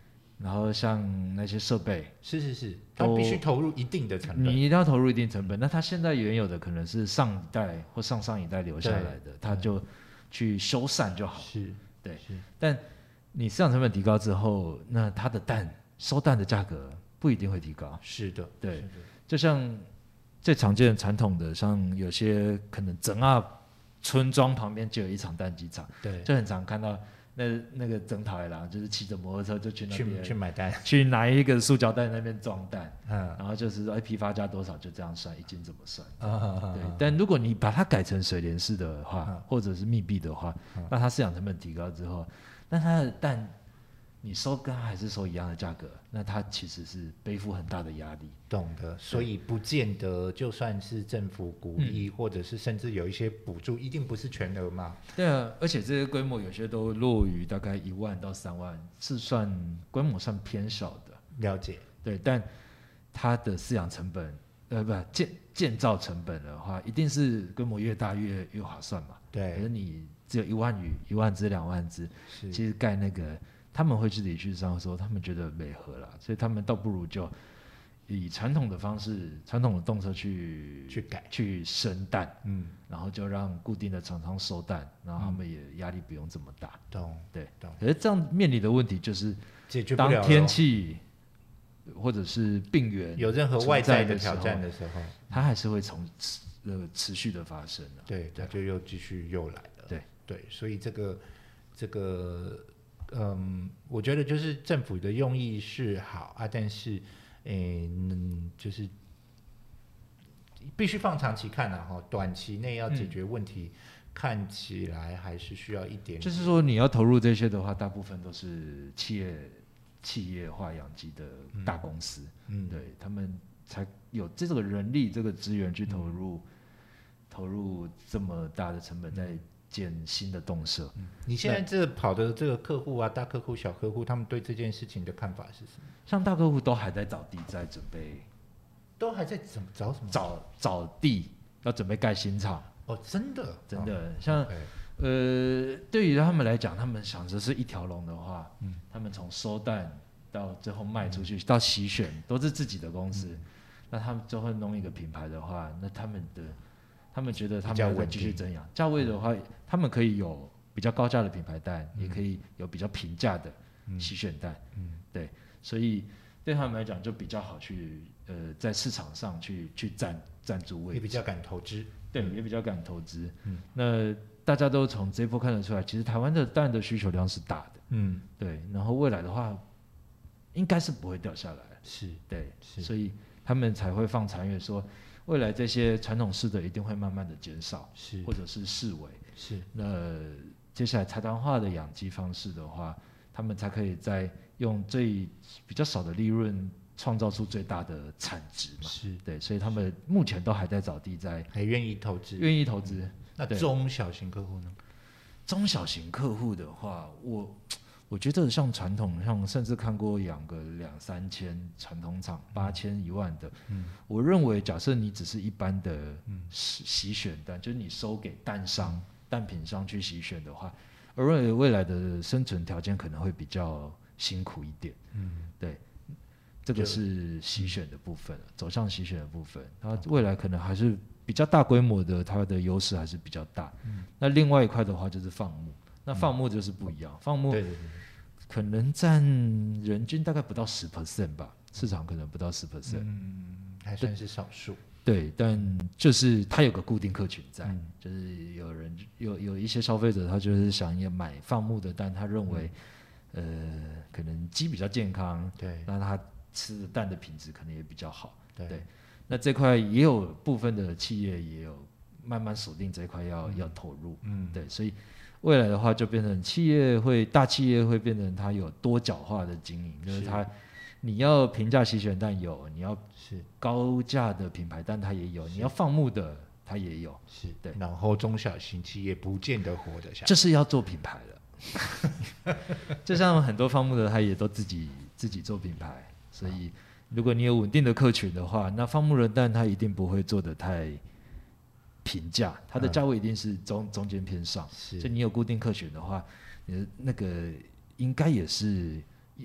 然后像那些设备， 是是是，它必须投入一定的成本， 你一定要投入一定成本。那它现在原有的可能是上一代或上上一代留下来的，它就去修缮就好。 是， 对， 是。 但你市场成本提高之后，那它的蛋收蛋的价格不一定会提高。 是的， 对， 是的就像最常见的传统的，像有些可能整啊村庄旁边就有一场蛋鸡场， 对， 就很常看到。那那个整讨郎就是骑着摩托车就去那边去去买蛋， 去拿一个塑胶袋那边装蛋， 嗯， 然后就是说，哎，批发价多少就这样算，一斤怎么算？ 啊， 对。但如果你把它改成水帘式的话， 嗯、 或者是密闭的话，嗯、那它市场成本提高之后，那它的蛋你收跟它还是收一样的价格，那它其实是背负很大的压力。 懂的，所以不见得就算是政府鼓励，嗯、或者是甚至有一些补助，一定不是全额嘛。 对啊，而且这些规模有些都落于大概一万到三万，是算规模算偏小的。 了解， 对，但它的饲养成本，呃，不建建造成本的话，一定是规模越大越越划算嘛。 对， 可是你只有一万鱼、一万只、两万只，其实盖那个他们会自己去上说，他们觉得没合啦，所以他们倒不如就以传统的方式、传统的动车去去改、 去生蛋， 嗯， 然后就让固定的厂商收蛋，然后他们也压力不用这么大。 懂， 对， 懂。 可是这样面临的问题就是解决不了， 当天气或者是病源有任何外在的挑战的时候， 它还是会从呃持续的发生的。 对，它就又继续又来了。 对对，所以这个这个嗯，我觉得就是政府的用意是好啊，但是诶，嗯，就是必须放长期看啊，哈，短期内要解决问题。嗯，看起来还是需要一点点， 就是说你要投入这些的话，大部分都是企业企业化养鸡的大公司，嗯，对，他们才有这个人力这个资源去投入，嗯、投入这么大的成本在建新的动舍。 嗯、你现在这跑的这个客户啊，大客户、小客户，他们对这件事情的看法是什么？ 像大客户都还在找地，在准备， 都还在怎么找什么？ 找找地，要准备盖新厂。 哦，真的， 真的，哦、像、 okay. 呃，对于他们来讲，他们想着是一条龙的话，嗯，他们从收蛋到最后卖出去，嗯、到洗选都是自己的公司，嗯、那他们就会弄一个品牌的话，那他们的，他们觉得他们要再继续增养，价位的话，他们可以有比较高价的品牌蛋，嗯、也可以有比较平价的洗选蛋，嗯，对，所以对他们来讲就比较好去，呃，在市场上去去占占住位置， 也比较敢投资。 对，也比较敢投资。嗯，那大家都从这一波看得出来，其实台湾的蛋的需求量是大的。嗯，对。然后未来的话，应该是不会掉下来。 是， 对， 是。 所以他们才会放长远说，未来这些传统式的一定会慢慢的减少， 是， 或者是式微。 是。 那接下来财团化的养鸡方式的话，他们才可以在用最比较少的利润。创造出最大的产值嘛， 是对，所以他们目前都还在找地在， 还愿意投资， 愿意投资。 嗯、那中小型客户呢？ 中小型客户的话，我我觉得像传统，像甚至看过养个两三千传统厂八千一万的，嗯，我认为假设你只是一般的洗洗选蛋，就是你收给蛋商、蛋品商去洗选的话，我认为未来的生存条件可能会比较辛苦一点，嗯，对。这个是洗选的部分，走向洗选的部分，它未来可能还是比较大规模的，它的优势还是比较大。嗯、那另外一块的话就是放牧，那放牧就是不一样，嗯、放牧可能占人均大概不到十 percent 吧，市场可能不到十 percent， 嗯，还算是少数。 对，但就是它有个固定客群在，嗯、就是有人有有一些消费者，他就是想要买放牧的，但他认为，嗯、呃，可能鸡比较健康， 对， 那他吃的蛋的品质可能也比较好， 对， 对， 那这块也有部分的企业也有慢慢锁定这块要、嗯、要投入，嗯，对，所以未来的话就变成企业会大企业会变成它有多角化的经营，就是它你要平价洗选蛋有，你要是高价的品牌蛋它也有，你要放牧的它也有， 是对，然后中小型企业不见得活得下去， 这是要做品牌了，就像很多放牧的它也都自己自己做品牌。所以，如果你有稳定的客群的话，那放牧人蛋它一定不会做得太平价，它的价位一定是中、嗯、中间偏上。所以你有固定客群的话，你的那个应该也是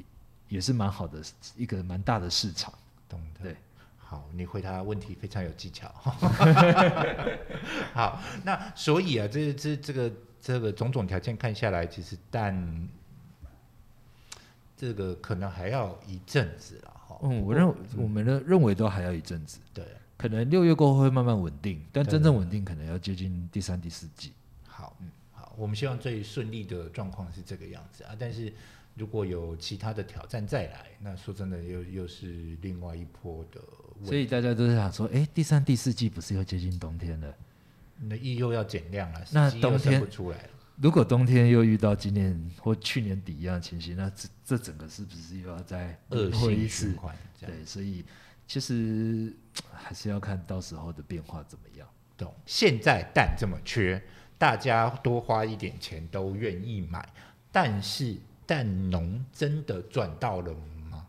也是蛮好的一个蛮大的市场。 懂的。 对， 好，你回答问题非常有技巧。好，那所以啊，这这这个这个种种条件看下来，其实蛋这个可能还要一阵子了哈。 嗯，我认为、嗯、我们的认为都还要一阵子。 对， 可能六月过后会慢慢稳定，但真正稳定可能要接近第三、第四季。 好，嗯，好，我们希望最顺利的状况是这个样子啊，但是。如果有其他的挑战再来，那说真的又又是另外一波的问题。 所以大家都是想说，哎，第三、第四季不是又接近冬天了？ 那又要减量了， 那冬天不出来了。 如果冬天又遇到今年或去年底一样的情形，那这这整个是不是又要再恶性循环？ 对，所以其实还是要看到时候的变化怎么样。 懂。现在蛋这么缺，大家多花一点钱都愿意买，但是。蛋农真的赚到了吗？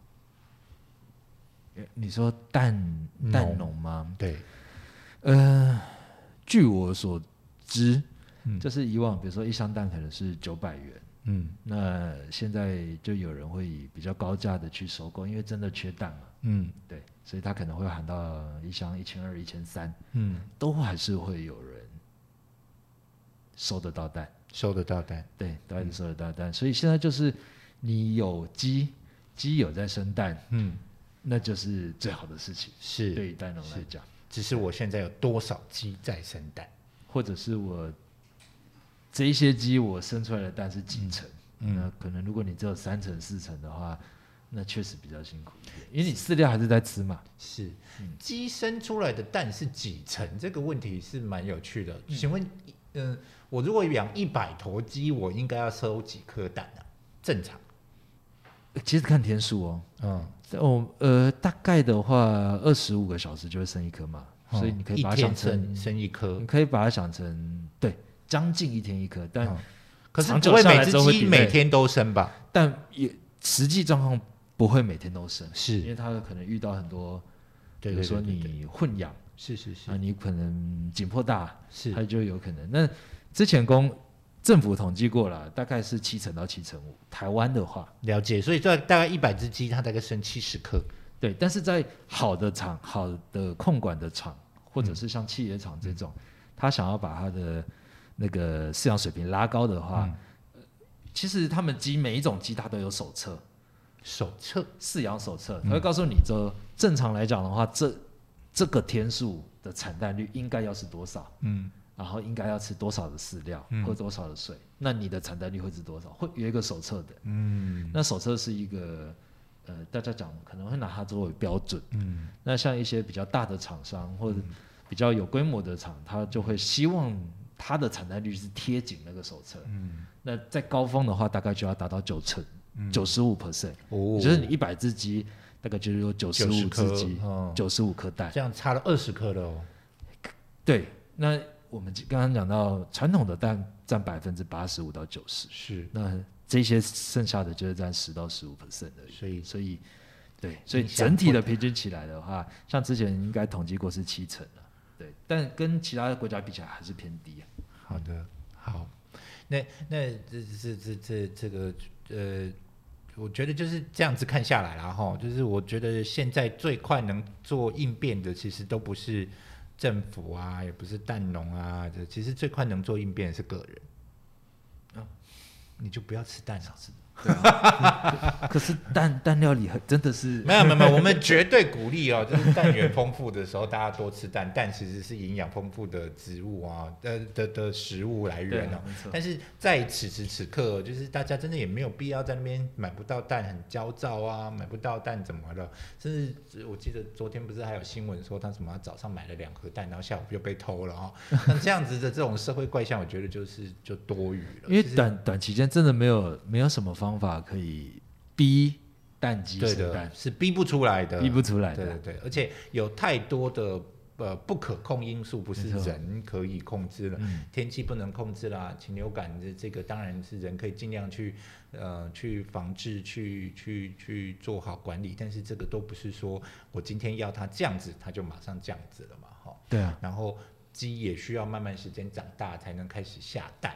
你说蛋蛋农吗？ 对， 呃，据我所知，嗯、就是以往比如说一箱蛋可能是九百元，嗯，那现在就有人会以比较高价的去收购，因为真的缺蛋嘛，嗯，对，所以他可能会喊到一箱一千二、一千三，嗯，都还是会有人收得到蛋。 收得到蛋， 对，都还是收得到蛋、嗯，所以现在就是你有鸡，鸡有在生蛋，嗯，那就是最好的事情， 是对于蛋农来讲。 只是我现在有多少鸡在生蛋， 或者是我这一些鸡我生出来的蛋是几成？嗯，那可能如果你只有三成、四成的话，那确实比较辛苦一点，因为你饲料还是在吃嘛。 是，鸡、嗯、生出来的蛋是几成？这个问题是蛮有趣的。嗯、请问，嗯、呃。我如果养一百头鸡，我应该要收几颗蛋啊？正常？ 其实看天数哦。嗯。哦，呃，大概的话，二十五个小时就会生一颗嘛、嗯，所以你可以把它想成一天 生, 生一颗， 你可以把它想成对，将近一天一颗，但、嗯、 可是不会每只鸡每天都生吧？ 但也实际状况不会每天都生， 是因为它可能遇到很多，比如说你混养， 是是是， 啊，你可能紧迫大， 是它就有可能那。之前公政府统计过了，大概是七成到七成五。台湾的话， 了解，所以这大概一百只鸡，它大概生七十颗。 对，但是在好的厂、好的控管的厂，或者是像企业厂这种，他、嗯、想要把他的那个饲养水平拉高的话、嗯，其实他们鸡每一种鸡它都有手册， 手册饲养手册，他会告诉你这正常来讲的话，这这个天数的产蛋率应该要是多少？嗯。然后应该要吃多少的饲料，嗯、喝多少的水，那你的产蛋率会是多少？会有一个手册的。嗯，那手册是一个，呃，大家讲可能会拿它作为标准。嗯，那像一些比较大的厂商或者比较有规模的厂，他就会希望它的产蛋率是贴紧那个手册。嗯，那在高峰的话，大概就要达到九成，九十五 percent。哦，也就是你一百只鸡，大概就是有九十五只鸡，九十五颗蛋。 这样差了二十颗了哦。 对，那。我们刚刚讲到传统的蛋占百分之八十五到九十， 是那这些剩下的就是占十到十五 percent 而已。 所以， 所以，对，所以整体的平均起来的话，像之前应该统计过是七成了，对，但跟其他的国家比起来还是偏低啊。 好的，好，那那这这这这这个呃，我觉得就是这样子看下来啦哈，就是我觉得现在最快能做应变的，其实都不是。政府啊，也不是蛋农啊，其实最快能做应变的是个人，啊，你就不要吃蛋了。 对啊、可是蛋蛋料理真的是没有没有没有，我们绝对鼓励哦，就是蛋源丰富的时候，大家多吃蛋。蛋其实是营养丰富的植物啊，的的的食物来源哦。但是在此时此刻，就是大家真的也没有必要在那边买不到蛋很焦躁啊，买不到蛋怎么了？甚至我记得昨天不是还有新闻说他什么早上买了两颗蛋，然后下午又被偷了哦。那这样子的这种社会怪象，我觉得就是就多余了。 因为短短期间真的没有没有什么方法可以逼蛋鸡生蛋， 是逼不出来的， 逼不出来的。 对对对，而且有太多的呃不可控因素，不是人可以控制了。嗯、天气不能控制啦，禽流感的这个当然是人可以尽量去呃去防治、去去去做好管理，但是这个都不是说我今天要它这样子，它就马上这样子了嘛，哈。 对啊。 然后鸡也需要慢慢时间长大才能开始下蛋啊。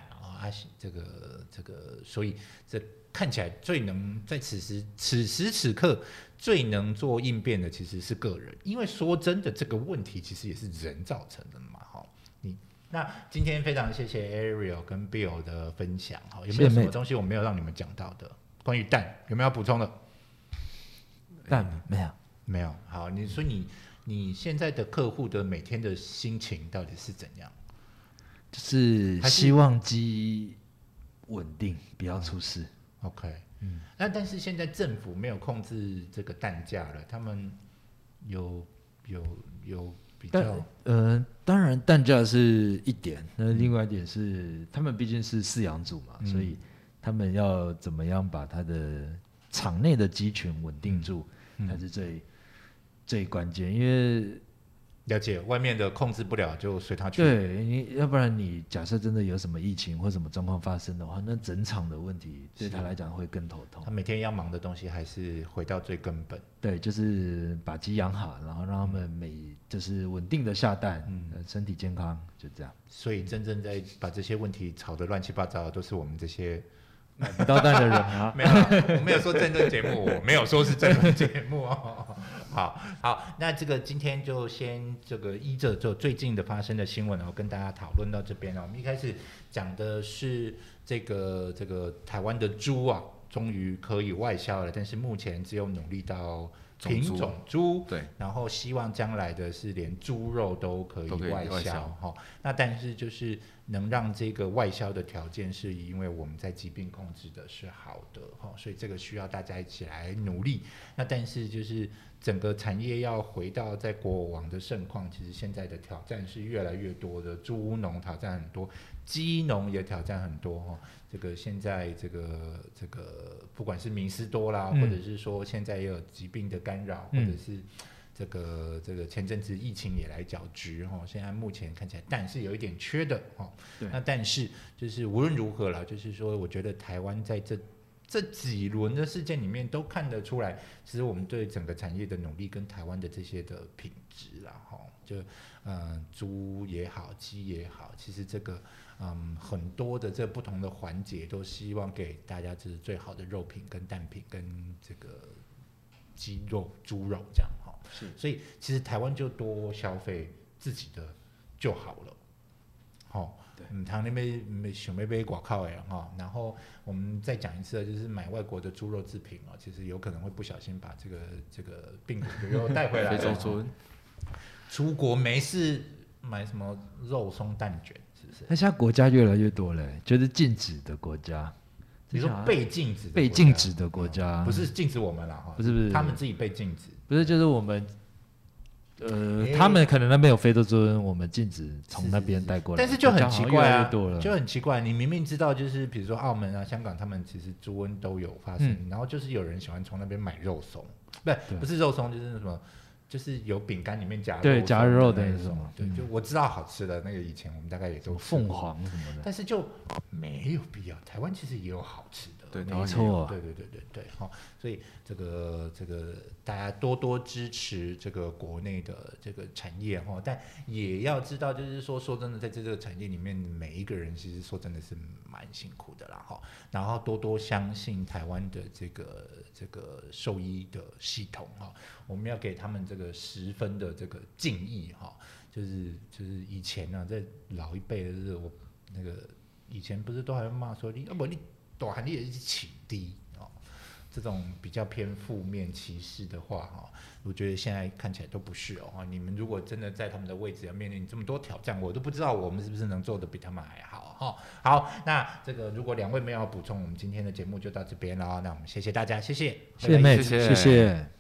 啊，这个这个，所以这看起来最能在此时此时此刻最能做应变的其实是个人，因为说真的，这个问题其实也是人造成的嘛，哈，你。那今天非常谢谢 Ariel 跟 Bill 的分享，有没有什么东西我没有让你们讲到的？关于蛋有没有要补充的？ 蛋没有， 没有。好，你说你你现在的客户的每天的心情到底是怎样？ 就是希望鸡稳定，不要出事。 嗯、OK， 嗯，那但是现在政府没有控制这个蛋价了，他们有有有。 但呃，当然蛋价是一点，那另外一点是他们毕竟是饲养组嘛、嗯，所以他们要怎么样把他的场内的鸡群稳定住，才、嗯、是最最关键。因为了解外面的控制不了，就随他去。 对，你要不然你假设真的有什么疫情或什么状况发生的话，那整场的问题对他来讲会更头痛。 他每天要忙的东西还是回到最根本。 对，就是把鸡养好，然后让他们每就是稳定的下蛋，嗯，身体健康，就这样。 所以真正在把这些问题吵得乱七八糟的，都是我们这些买不到蛋的人啊。 没有，我没有说政论节目，我没有说是政论节目哦。好好，那这个今天就先这个依着就最近的发生的新闻，然后跟大家讨论到这边了。我们一开始讲的是这个这个台湾的猪啊，终于可以外销了，但是目前只有努力到品种猪， 对， 然后希望将来的是连猪肉都可以外销哈。那但是就是能让这个外销的条件，是因为我们在疾病控制的是好的哈，所以这个需要大家一起来努力。那但是就是整个产业要回到在过往的盛况，其实现在的挑战是越来越多的，猪屋农挑战很多，鸡农也挑战很多哈。这个现在这个这个不管是民思多啦、嗯，或者是说现在也有疾病的干扰，嗯、或者是这个这个前阵子疫情也来搅局哈。现在目前看起来蛋是有一点缺的哈。那但是就是无论如何啦，就是说我觉得台湾在这这几轮的事件里面都看得出来，其实我们对整个产业的努力跟台湾的这些的品质啦哈，就呃猪也好，鸡也好，其实这个。嗯，很多的这不同的环节都希望给大家就是最好的肉品跟蛋品跟这个鸡肉、猪肉这样哈。是，所以其实台湾就多消费自己的就好了。好，嗯，他那边没想没被广告哎哈。然后我们再讲一次，就是买外国的猪肉制品哦，其实有可能会不小心把这个这个病毒又带回来。 非洲猪， 出国没事买什么肉松蛋卷。 那现在国家越来越多了，就是禁止的国家。 你说被禁止的被禁止的国家， 嗯、不是禁止我们啦， 不是不是， 他们自己被禁止。 不是，就是我们，呃，欸、他们可能那边有非洲猪瘟，我们禁止从那边带过来。 但是就很奇怪啊， 越越就很奇怪，你明明知道，就是比如说澳门啊、香港，他们其实猪瘟都有发生、嗯，然后就是有人喜欢从那边买肉松，不不是肉松，就是什么。就是有饼干里面夹肉对夹肉的那种， 对，就我知道好吃的那个，以前我们大概也都凤凰什么的， 但是就没有必要。台湾其实也有好吃的， 对， 没错， 对对对对对，好，所以这个这个大家多多支持这个国内的这个产业哈，但也要知道，就是说说真的，在这个产业里面，每一个人其实说真的是蛮辛苦的啦哈，然后多多相信台湾的这个这个兽医的系统哈，我们要给他们这个十分的这个敬意哈，就是就是以前呢、啊，在老一辈的是我那个以前不是都还会骂说你，要不你大汉你也是请低哦，这种比较偏负面歧视的话哈，我觉得现在看起来都不是哦。你们如果真的在他们的位置要面临这么多挑战，我都不知道我们是不是能做得比他们还好哈。好，那这个如果两位没有补充，我们今天的节目就到这边了。那我们谢谢大家，谢谢， 谢谢妹子，谢谢。